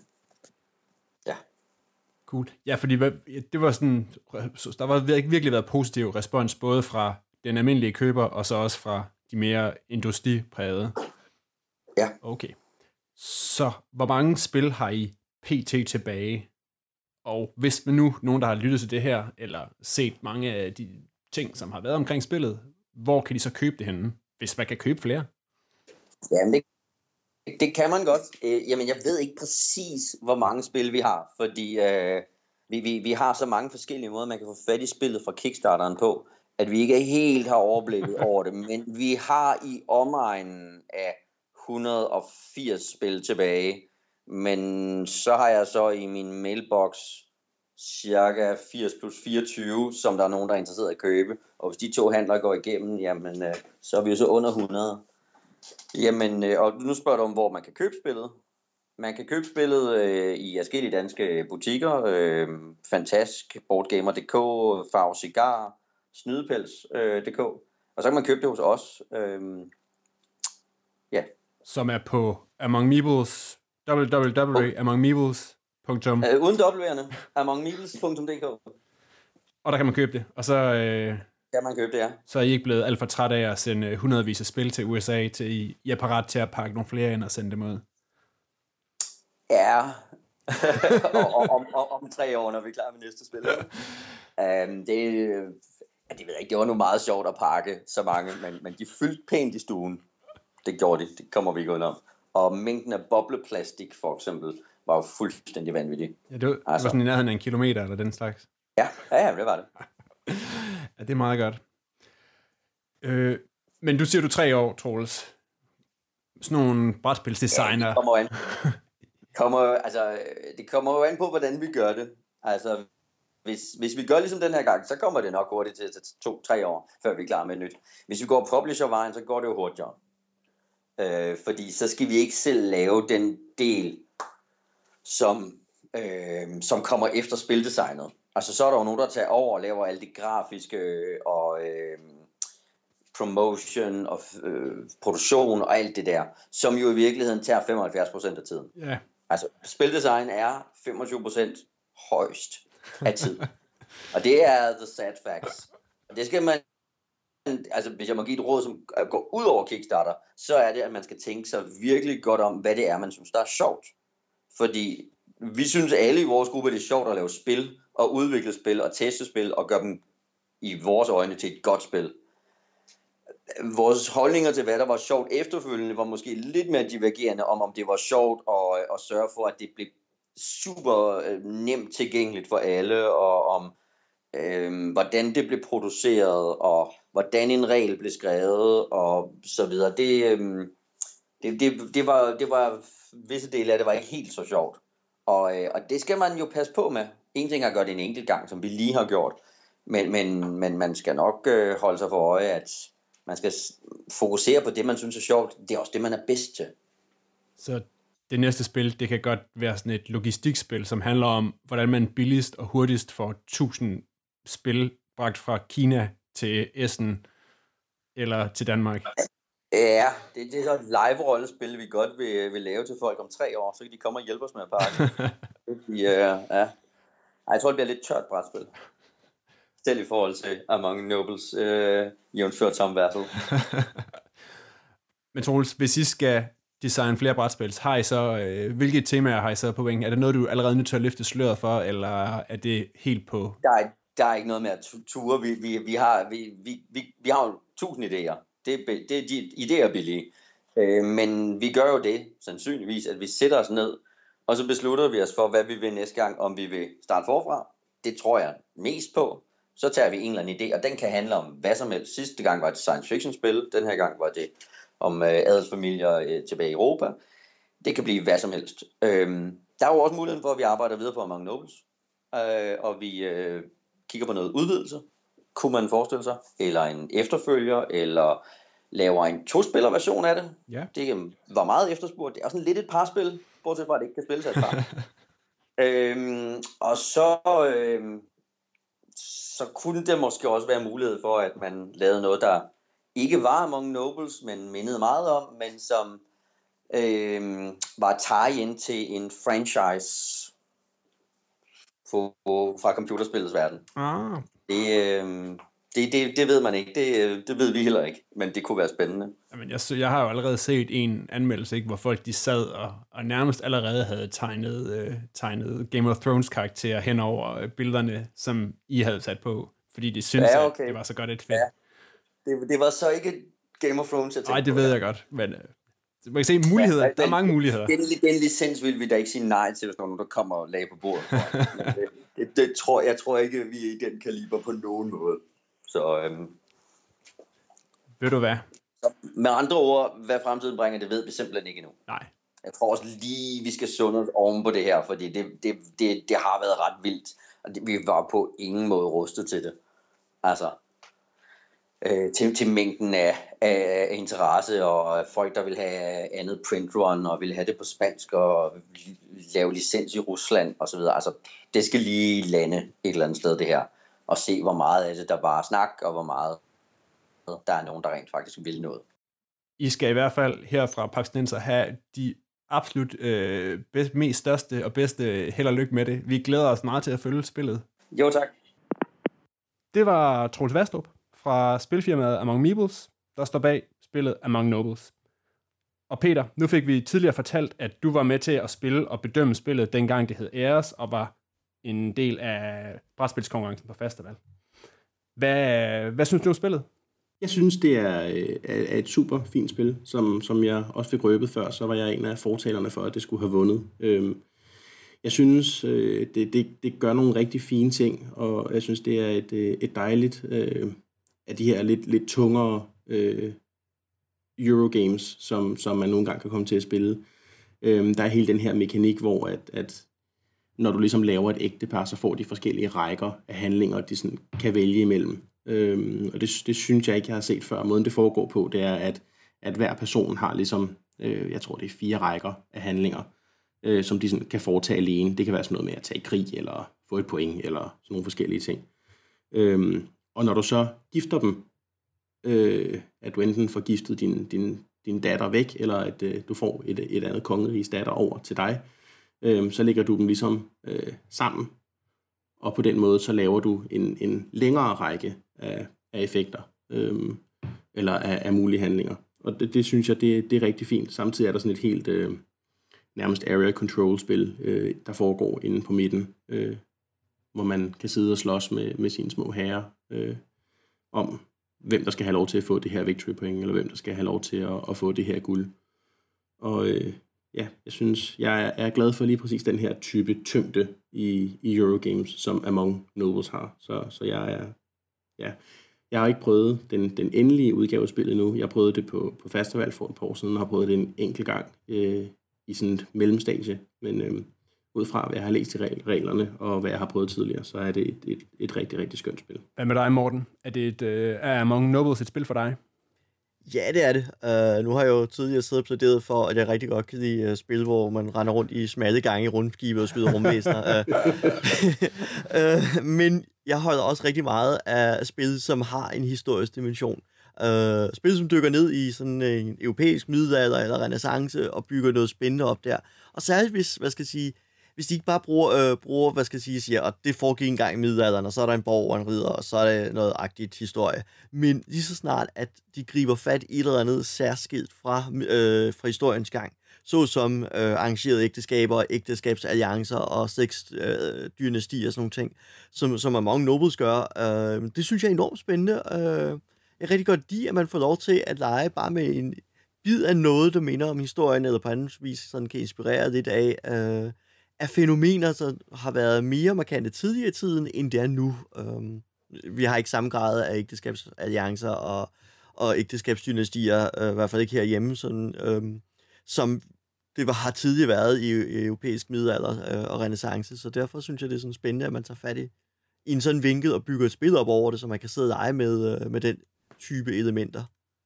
ja. Cool. Ja, fordi det var sådan, der var virkelig været positiv respons, både fra den almindelige køber, og så også fra de mere industriprægede. Ja. Okay. Så hvor mange spil har I pt. Tilbage? Og hvis man nu, nogen der har lyttet til det her, eller set mange af de ting, som har været omkring spillet, hvor kan de så købe det henne, hvis man kan købe flere? Jamen det, det kan man godt. Øh, jamen jeg ved ikke præcis, hvor mange spil vi har, fordi øh, vi, vi, vi har så mange forskellige måder, man kan få fat i spillet fra Kickstarteren på, at vi ikke helt har overblikket over det, men vi har i omegnen af et hundrede og firs spil tilbage, men så har jeg så i min mailbox cirka firs plus fireogtyve, som der er nogen, der er interesseret i at købe, og hvis de to handler går igennem, jamen øh, så er vi jo så under hundrede. Jamen, øh, og nu spørger du om, hvor man kan købe spillet. Man kan købe spillet øh, i forskellige danske butikker, øh, Fantask, Boardgamer punktum d k, Farve Cigar, Snydepels punktum d k, øh, og så kan man købe det hos os. Øh, ja. Som er på Among Meebles, w w w punktum among meebles punktum d k. Øh, uden W'erne, among meebles punktum d k. Og der kan man købe det, og så, øh, kan man købe det, ja. Så er I ikke blevet alt for træt af at sende hundredvis af spil til U S A, til I, I er parat til at pakke nogle flere ind og sende dem ud? Ja, og, og, om, og, om tre år, når vi er klar med næste spil. um, det, ja, det ved jeg ikke, det var nu meget sjovt at pakke så mange, men, men de fyldte pænt i stuen. Det gjorde de, det kommer vi ikke udenom. Og mængden af bobleplastik, for eksempel, var jo fuldstændig vanvittig. Ja, det var, altså, det var sådan i nærheden af en kilometer, eller den slags. Ja, ja, ja det var det. Ja, det er meget godt. Øh, men du siger, du tre år, Troels. sådan nogle brætspilsdesigner. Ja, det kommer an. Kommer, altså, det kommer jo an på, hvordan vi gør det. Altså, hvis, hvis vi gør ligesom den her gang, så kommer det nok hurtigt til, til to-tre år, før vi er klar med et nyt. Hvis vi går publisher-vejen, så går det jo hurtigere. Øh, fordi så skal vi ikke selv lave den del, som, øh, som kommer efter spildesignet. Altså, så er der jo nogen, der tager over og laver alt det grafiske og øh, promotion og øh, produktion og alt det der, som jo i virkeligheden tager femoghalvfjerds procent af tiden. Ja. Altså, spildesign er femogtyve procent højst af tid. Og det er the sad facts. Og det skal man, altså hvis jeg må give et råd, som går ud over Kickstarter, så er det, at man skal tænke sig virkelig godt om, hvad det er, man synes, der er sjovt. Fordi vi synes alle i vores gruppe, det er sjovt at lave spil, og udvikle spil, og teste spil, og gøre dem i vores øjne til et godt spil. Vores holdninger til, hvad der var sjovt efterfølgende, var måske lidt mere divergerende om, om det var sjovt at, at sørge for, at det blev super nemt tilgængeligt for alle, og om øh, hvordan det blev produceret, og hvordan en regel blev skrevet, og så videre. Det, øh, det, det, det, var, det var visse dele af det var ikke helt så sjovt. Og, øh, og det skal man jo passe på med. En ting er at gøre det en enkelt gang, som vi lige har gjort, men, men, men man skal nok øh, holde sig for øje, at man skal fokusere på det, man synes er sjovt. Det er også det, man er bedst til. Så det næste spil, det kan godt være sådan et logistikspil, som handler om, hvordan man billigst og hurtigst får tusind spil bragt fra Kina til Essen eller til Danmark. Ja, det, det er så et live-rollespil, vi godt vil, vil lave til folk om tre år, så kan de komme og hjælpe os med at pakke. ja, ja. Ej, jeg tror, det bliver lidt tørt brætspil. Selv i forhold til Among Nobles, øh, jævnført Tom Vassel. Men Troels, hvis I skal designe flere brætspil, har I så, øh, hvilke temaer har I så på vingen? Er det noget, du allerede nødt til at løfte sløret for, eller er det helt på? Der er, der er ikke noget med at ture. Vi, vi, vi, har, vi, vi, vi, vi har jo tusind idéer. Det, det er de idéer billige. Øh, men vi gør jo det, sandsynligvis, at vi sætter os ned, og så beslutter vi os for, hvad vi vil næste gang, om vi vil starte forfra. Det tror jeg mest på. Så tager vi en eller anden idé, og den kan handle om hvad som helst. Sidste gang var det et science fiction spil, den her gang var det om øh, adelsfamilier øh, tilbage i Europa. Det kan blive hvad som helst. Øhm, der er jo også muligheden for, at vi arbejder videre på Among Nobles, øh, og vi øh, kigger på noget udvidelse, kunne man forestille sig, eller en efterfølger, eller laver en to-spiller-version af det. Ja. Det var meget efterspurgt. Det er også sådan lidt et parspil, bortset fra, at det ikke kan spilles af et par. øhm, og så... Øh, så kunne det måske også være mulighed for, at man lavede noget, der ikke var Among Nobles, men mindede meget om, men som øh, var tie-in til en franchise på, fra computerspillets verden. Ah. Det, øh, det, det, det ved man ikke, det, det ved vi heller ikke, men det kunne være spændende. Jamen, jeg, jeg har jo allerede set en anmeldelse, ikke, hvor folk de sad og, og nærmest allerede havde tegnet, øh, tegnet Game of Thrones karakterer hen over øh, billederne, som I havde sat på, fordi de syntes, ja, okay. at det var så godt et fedt. Ja. Det, det var så ikke Game of Thrones, jeg tænkte. Nej, det ved jeg godt, men øh, man kan se muligheder. Ja, der er mange muligheder. Den, den licens vil vi da ikke sige nej til, hvis nogen der kommer og lagde på bordet. Men det, det, det tror, jeg tror ikke, vi er i den kaliber på nogen måde. Så øhm, ved du hvad? Så, med andre ord, hvad fremtiden bringer, det ved vi simpelthen ikke endnu. Nej. Jeg tror også lige, vi skal sunde os oven på det her, fordi det, det, det, det har været ret vildt, og det, vi var på ingen måde rustet til det. Altså, øh, til, til mængden af, af, af interesse, og folk, der vil have andet printrun, og vil have det på spansk, og lave licens i Rusland, og så videre. Altså, det skal lige lande et eller andet sted, det her, og se, hvor meget af det, der bare er snak, og hvor meget der er nogen, der rent faktisk vil noget. I skal i hvert fald her fra Palæstinenser have de absolut øh, bedst, mest største og bedste held og lykke med det. Vi glæder os meget til at følge spillet. Jo, tak. Det var Troels Vastrup fra spilfirmaet Among Meebles, der står bag spillet Among Nobles. Og Peter, nu fik vi tidligere fortalt, at du var med til at spille og bedømme spillet, dengang det hed Ares, og var en del af brætspilskonkurrencen på festival. Hvad, hvad synes du om spillet? Jeg synes, det er, er et super fint spil, som, som jeg også fik røbet før, så var jeg en af fortalerne for, at det skulle have vundet. Jeg synes, det, det, det gør nogle rigtig fine ting, og jeg synes, det er et, et dejligt af de her lidt, lidt tungere Eurogames, som, som man nogle gange kan komme til at spille. Øhm, der er hele den her mekanik, hvor at, at når du ligesom laver et ægtepar, så får de forskellige rækker af handlinger, de sådan kan vælge imellem. Øhm, og det, det synes jeg ikke, jeg har set før. Måden det foregår på, det er, at, at hver person har ligesom, øh, jeg tror det er fire rækker af handlinger, øh, som de sådan kan foretage alene. Det kan være sådan noget med at tage i krig, eller få et point, eller sådan nogle forskellige ting. Øhm, og når du så gifter dem, øh, at du enten får giftet din, din, din datter væk, eller at øh, du får et, et andet kongerigs datter over til dig, øh, så lægger du dem ligesom øh, sammen, og på den måde så laver du en, en længere række af, af effekter, øh, eller af, af mulige handlinger. Og det, det synes jeg, det, det er rigtig fint. Samtidig er der sådan et helt øh, nærmest area control-spil, øh, der foregår inde på midten, øh, hvor man kan sidde og slås med, med sine små herrer øh, om, hvem der skal have lov til at få det her victory point, eller hvem der skal have lov til at, at få det her guld. Og øh, ja, jeg synes, jeg er, er glad for lige præcis den her type tyngde i, i Eurogames, som Among Nobles har. Så, så jeg er, ja, jeg har ikke prøvet den, den endelige udgave af spillet endnu. Jeg prøvede det på, på festival for et par år siden, og har prøvet det en enkelt gang øh, i sådan et mellemstage. Men øh, ud fra, hvad jeg har læst i reglerne, og hvad jeg har prøvet tidligere, så er det et, et, et rigtig, rigtig skønt spil. Hvad med dig, Morten? Er, det et, øh, er Among Nobles et spil for dig? Ja, det er det. Uh, nu har jeg jo tidligere siddet og plæderet for, at jeg rigtig godt kan lide uh, spil, hvor man render rundt i smalle gange i rundskibet og skyder rumvæsener. uh, uh, men jeg holder også rigtig meget af spil, som har en historisk dimension. Uh, spil, som dykker ned i sådan en europæisk middelalder eller renaissance og bygger noget spændende op der. Og særligt hvis, hvad skal jeg sige, hvis de ikke bare bruger, øh, bruger hvad skal jeg sige, siger, at det foregik en gang i middelalderen, og så er der en borg og en ridder, og så er det noget agtigt historie. Men lige så snart, at de griber fat i et eller andet særskilt fra, øh, fra historiens gang, såsom øh, arrangerede ægteskaber, ægteskabsalliancer og seks øh, dynastier og sådan nogle ting, som, som Among Nobles gør, øh, det synes jeg er enormt spændende. Øh, jeg er rigtig godt lide, at man får lov til at lege bare med en bid af noget, der minder om historien, eller på anden vis sådan kan inspirere lidt af... Øh, af fænomener, som har været mere markante tidligere i tiden, end det er nu. Um, vi har ikke samme grad af ægteskabsalliancer og, og ægteskabsdynastier, uh, i hvert fald ikke herhjemme, sådan, um, som det var, har tidligere været i, i europæisk middelalder uh, og renaissance. Så derfor synes jeg, det er sådan spændende, at man tager fat i, i en sådan vinkel og bygger et spil op over det, så man kan sidde og lege med, uh, med den type elementer.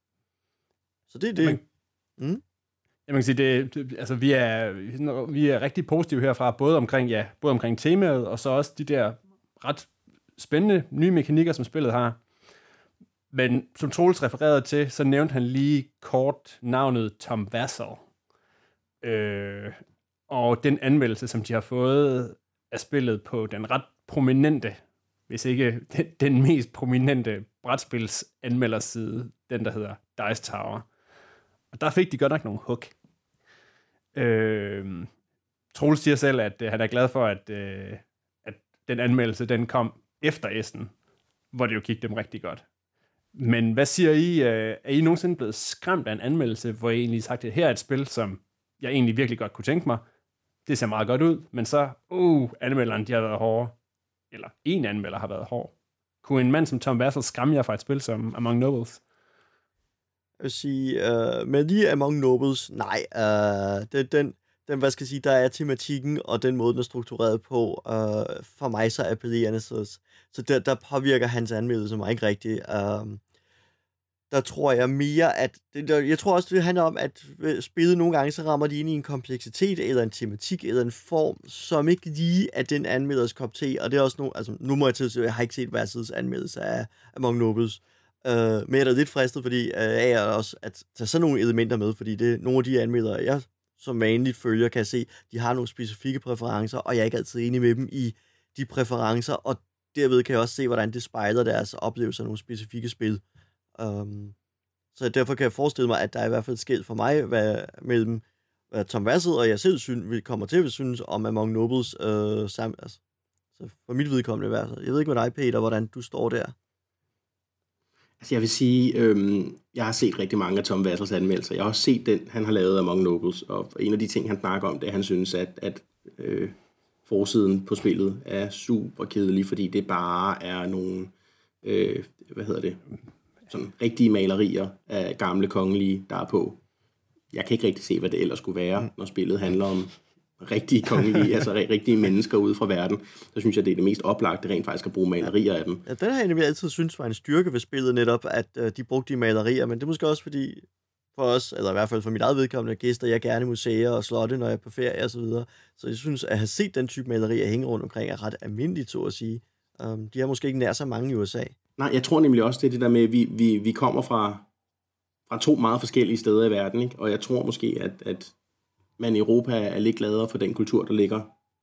Så det er det. Mm? Jeg kan sige, det, det, altså, vi, er, vi er rigtig positive herfra, både omkring, ja, både omkring temaet, og så også de der ret spændende nye mekanikker, som spillet har. Men som Troels refererede til, så nævnte han lige kort navnet Tom Vassal. Øh, og den anmeldelse, som de har fået af spillet på den ret prominente, hvis ikke den, den mest prominente brætspilsanmelderside, den der hedder Dice Tower. Og der fik de godt nok nogle hook. Øh, Troels siger selv, at øh, han er glad for, at, øh, at den anmeldelse, den kom efter Essen, hvor det jo gik dem rigtig godt. Men hvad siger I? Øh, er I nogensinde blevet skræmt af en anmeldelse, hvor I egentlig sagt, at her er et spil, som jeg egentlig virkelig godt kunne tænke mig. Det ser meget godt ud, men så, uh, anmelderen, de har været hårde. Eller en anmelder har været hård. Kunne en mand som Tom Vassal skræmme jer fra et spil som Among Nobles? Jeg vil sige, uh, med lige Among Nobles, nej, uh, det, den, den, hvad skal jeg sige, der er tematikken, og den måde, den er struktureret på, uh, for mig så appellerende, så, så der, der påvirker hans anmeldelse mig ikke rigtigt. Uh, der tror jeg mere, at, det, der, jeg tror også, det handler om, at spillet nogle gange, så rammer de ind i en kompleksitet, eller en tematik, eller en form, som ikke lige er den anmelders kop te, og det er også nu, altså nu må jeg til at sige, jeg har ikke set hver sides anmeldelse af Among Nobles, Uh, men jeg er da lidt fristet, fordi uh, af er også at tage sådan nogle elementer med, fordi det er nogle af de anmeldere, jeg som vanligt følger, kan se, de har nogle specifikke præferencer, og jeg er ikke altid enig med dem i de præferencer, og derved kan jeg også se, hvordan det spejler deres oplevelser af nogle specifikke spil. Um, så derfor kan jeg forestille mig, at der er i hvert fald skilt for mig hvad, mellem hvad Tom Vassal og jeg selv synes, vi kommer til at synes om Among Nobles uh, sammen. Altså, så for mit vedkommende i hvert fald. Jeg ved ikke med dig, Peter, hvordan du står der. Altså jeg vil sige, øhm, jeg har set rigtig mange af Tom Vassals anmeldelser. Jeg har også set den, han har lavet Among Nobles, og en af de ting, han snakker om, det er, at han synes, at, at øh, forsiden på spillet er super kedelig, fordi det bare er nogle, øh, hvad hedder det, sådan rigtige malerier af gamle kongelige, der er på. Jeg kan ikke rigtig se, hvad det ellers skulle være, når spillet handler om rigtige kongelige, altså rigtige mennesker ude fra verden. Så synes jeg, det er det mest oplagte rent faktisk at bruge malerier af dem. Ja, den har jeg nemlig altid synes var en styrke ved spillet netop, at øh, de brugte de malerier, men det er måske også fordi, for os, eller i hvert fald for mit eget vedkommende, gæster jeg gerne i museer og slotte, når jeg er på ferie og så videre. Så jeg synes, at have set den type malerier hænge rundt omkring er ret almindeligt, så at sige. Um, de er måske ikke nær så mange i U S A. Nej, jeg tror nemlig også, det er det der med, at vi, vi, vi kommer fra, fra to meget forskellige steder i verden, ikke? Og jeg tror måske, at, at man i Europa er lidt gladere for den kultur, der ligger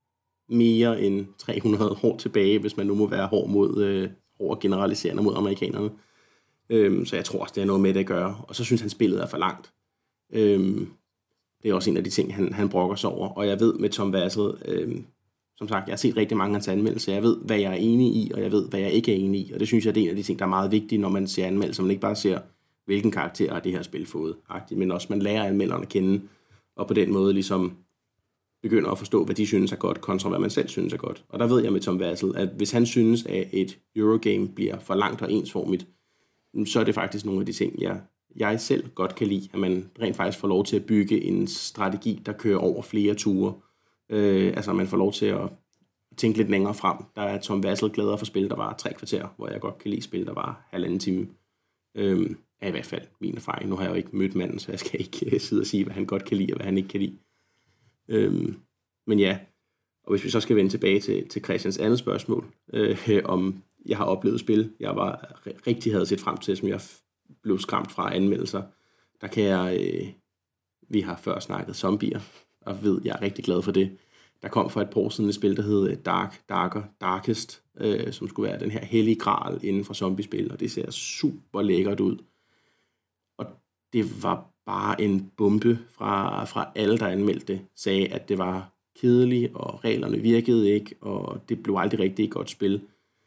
mere end tre hundrede år tilbage, hvis man nu må være hård mod, øh, over generaliserende mod amerikanerne. Øhm, så jeg tror også, det er noget med det at gøre. Og så synes han, spillet er for langt. Øhm, det er også en af de ting, han, han brokker sig over. Og jeg ved med Tom Vasel, øhm, som sagt, jeg har set rigtig mange af hans anmeldelser. Jeg ved, hvad jeg er enig i, og jeg ved, hvad jeg ikke er enig i. Og det synes jeg, det er en af de ting, der er meget vigtige, når man ser anmeldelser. Man ikke bare ser, hvilken karakter har det her spil fået, men også man lærer anmelderne at kende, og på den måde ligesom begynder at forstå, hvad de synes er godt, kontra hvad man selv synes er godt. Og der ved jeg med Tom Vasel, at hvis han synes, at et Eurogame bliver for langt og ensformigt, så er det faktisk nogle af de ting, jeg, jeg selv godt kan lide, at man rent faktisk får lov til at bygge en strategi, der kører over flere ture. Øh, altså man får lov til at tænke lidt længere frem. Der er Tom Vasel glæder for spil, der var tre kvarter, hvor jeg godt kan lide spil, der var halvanden time. Øh, er i hvert fald min erfaring. Nu har jeg jo ikke mødt manden, så jeg skal ikke sidde og sige, hvad han godt kan lide, og hvad han ikke kan lide. Øh, men ja, og hvis vi så skal vende tilbage til, til Christians andet spørgsmål, øh, om jeg har oplevet spil, jeg var rigtig havde set frem til, som jeg blev skræmt fra anmeldelser, der kan jeg, øh, vi har før snakket zombier, og ved, jeg er rigtig glad for det. Der kom for et par år siden et spil, der hed Dark, Darker, Darkest, øh, som skulle være den her hellige gral inden for zombiespil, og det ser super lækkert ud. Og det var bare en bombe fra, fra alle, der anmeldte det, sagde, at det var kedeligt, og reglerne virkede ikke, og det blev aldrig rigtig et godt spil.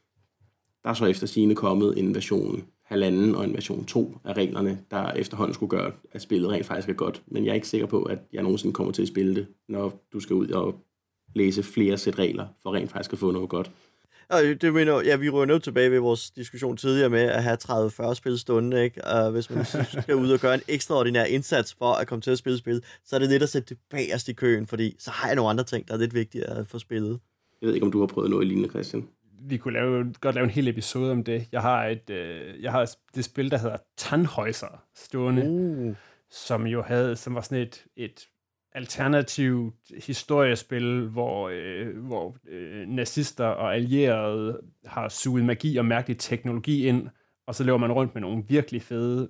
Der er så efter sigende kommet en version halvanden og en version to af reglerne, der efterhånden skulle gøre, at spillet rent faktisk er godt. Men jeg er ikke sikker på, at jeg nogensinde kommer til at spille det, når du skal ud og læse flere sæt regler, for rent faktisk at få noget godt. Og det mener, ja, vi rører nødt tilbage ved vores diskussion tidligere med at have tredive til fyrre spil stående, ikke? Og hvis man skal ud og gøre en ekstraordinær indsats for at komme til at spille spil, så er det lidt at sætte det bagerst i køen, fordi så har jeg nogle andre ting, der er lidt vigtigere at få spillet. Jeg ved ikke, om du har prøvet noget lignende, Christian? Vi kunne lave, godt lave en hel episode om det. Jeg har et, øh, jeg har det spil, der hedder Tannhäuser stående, uh. som jo havde, som var sådan et, et alternativt historiespil, hvor, øh, hvor øh, nazister og allierede har suget magi og mærkelig teknologi ind, og så løber man rundt med nogle virkelig fede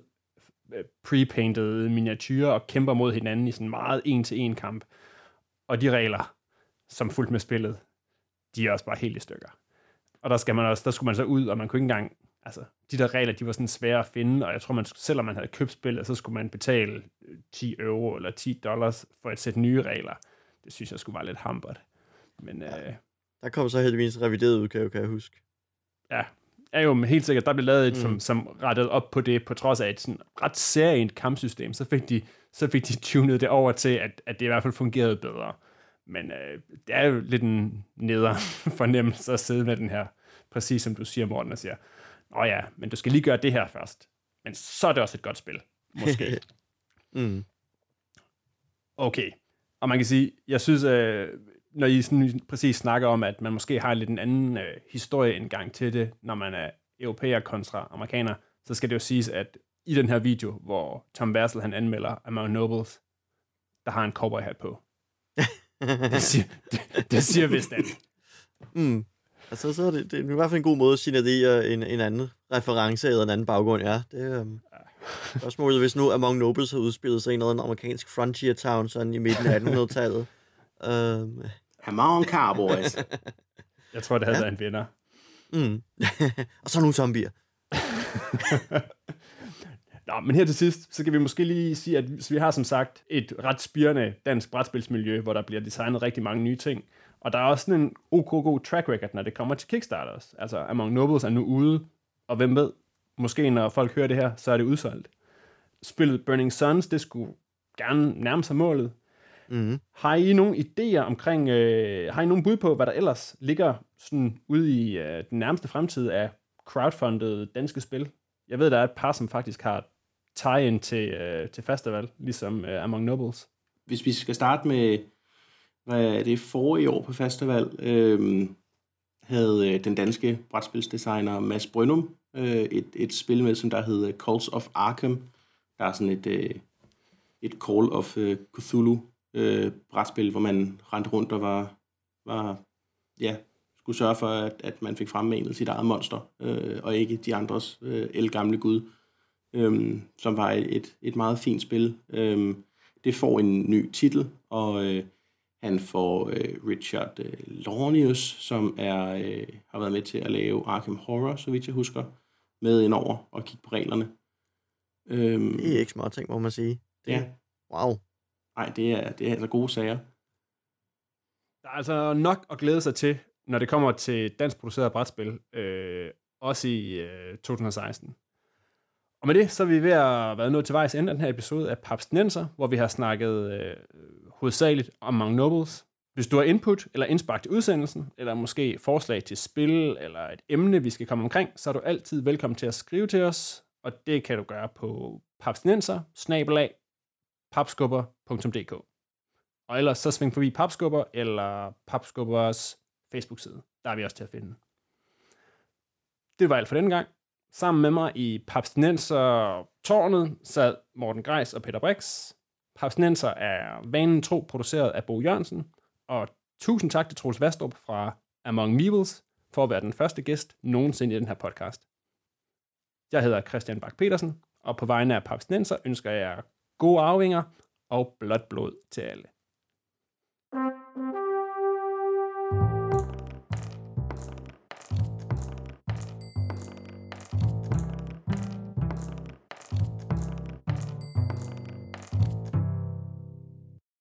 pre-painted miniatyrer og kæmper mod hinanden i sådan meget en-til-en kamp. Og de regler, som fulgte med spillet, de er også bare helt i stykker. Og der, skal man også, der skulle man så ud, og man kunne ikke engang, altså, de der regler, de var sådan svære at finde, og jeg tror, man, selvom man havde købt spillet, så skulle man betale ti euro eller ti dollars for et sæt nye regler. Det synes jeg skulle være lidt hampert. Men, ja. øh, der kom så heldigvis revideret udgave, kan jeg huske. Ja, er jo helt sikkert, der blev lavet et, mm. som, som rettede op på det, på trods af et sådan ret særligt kampsystem, så fik de, så fik de tunet det over til, at, at det i hvert fald fungerede bedre. Men øh, det er jo lidt en nederen fornemmelse at sidde med den her, præcis som du siger, Morten, og siger, åh ja, men du skal lige gøre det her først. Men så er det også et godt spil, måske. mm. Okay, og man kan sige, jeg synes, øh, når I sådan præcis snakker om, at man måske har lidt en anden øh, historieindgang til det, når man er europæer kontra amerikaner, så skal det jo siges, at i den her video, hvor Tom Vasel han anmelder Among Nobles, der har en cowboyhat på. det, siger, det, det siger vist alt. Mm. Altså, så er det, det er i hvert fald en god måde at signalere en, en anden reference eller en anden baggrund, ja. Det er um, spørgsmålet, hvis nu Among Nobles har udspillet sig i noget en amerikansk frontier town, sådan i midten af attenhundredetallet. Um, Among Cowboys. Jeg tror, det havde ja. været en vinder. Mm. Og så nogle zombier. Nå, men her til sidst, så kan vi måske lige sige, at vi har som sagt et ret spirende dansk brætspilsmiljø, hvor der bliver designet rigtig mange nye ting. Og der er også sådan en ok god track record, når det kommer til Kickstarters. Altså, Among Nobles er nu ude, og hvem ved, måske når folk hører det her, så er det udsolgt. Spillet Burning Suns, det skulle gerne nærme sig målet. Mm. Har I nogle idéer omkring, øh, har I nogle bud på, hvad der ellers ligger sådan ude i øh, den nærmeste fremtid af crowdfundede danske spil? Jeg ved, der er et par, som faktisk har tie-in til, øh, til festival, ligesom øh, Among Nobles. Hvis vi skal starte med, hvad er det forrige år på festival, øh, havde øh, den danske brætspilsdesigner Mads Brønum øh, et, et spil med, som der hed Calls of Arkham. Der er sådan et, øh, et Call of øh, Cthulhu øh, brætspil, hvor man rendte rundt og var, var ja, skulle sørge for, at, at man fik fremmanet sit eget monster, øh, og ikke de andres øh, elgamle gud, øh, som var et, et meget fint spil. Øh, det får en ny titel, og øh, han får øh, Richard øh, Laurnius, som er, øh, har været med til at lave Arkham Horror, så vidt jeg husker, med indover og kigge på reglerne. Øhm, det er ikke små ting, må man sige. Det, ja. Wow. Nej, det er, det er altså gode sager. Der er altså nok at glæde sig til, når det kommer til dansk produceret brætspil, øh, også i øh, to tusind og seksten. Og med det, så er vi ved at være nået til vejs ende af den her episode af Papstinenser, hvor vi har snakket øh, hovedsageligt om Among Nobles. Hvis du har input eller indspark til udsendelsen, eller måske forslag til spil, eller et emne, vi skal komme omkring, så er du altid velkommen til at skrive til os, og det kan du gøre på papstinenser snabel-a papskubber punktum d k. Og ellers så sving forbi Papskubber eller Papskubbers Facebook-side. Der er vi også til at finde. Det var alt for denne gang. Sammen med mig i Papstinenser-tårnet sad Morten Greis og Peter Brix. Papstinenser er vanen tro produceret af Bo Jørgensen. Og tusind tak til Troels Vastrup fra Among Nobles for at være den første gæst nogensinde i den her podcast. Jeg hedder Christian Bak Petersen, og på vegne af Papstinenser ønsker jeg gode arvinger og blåt blod til alle.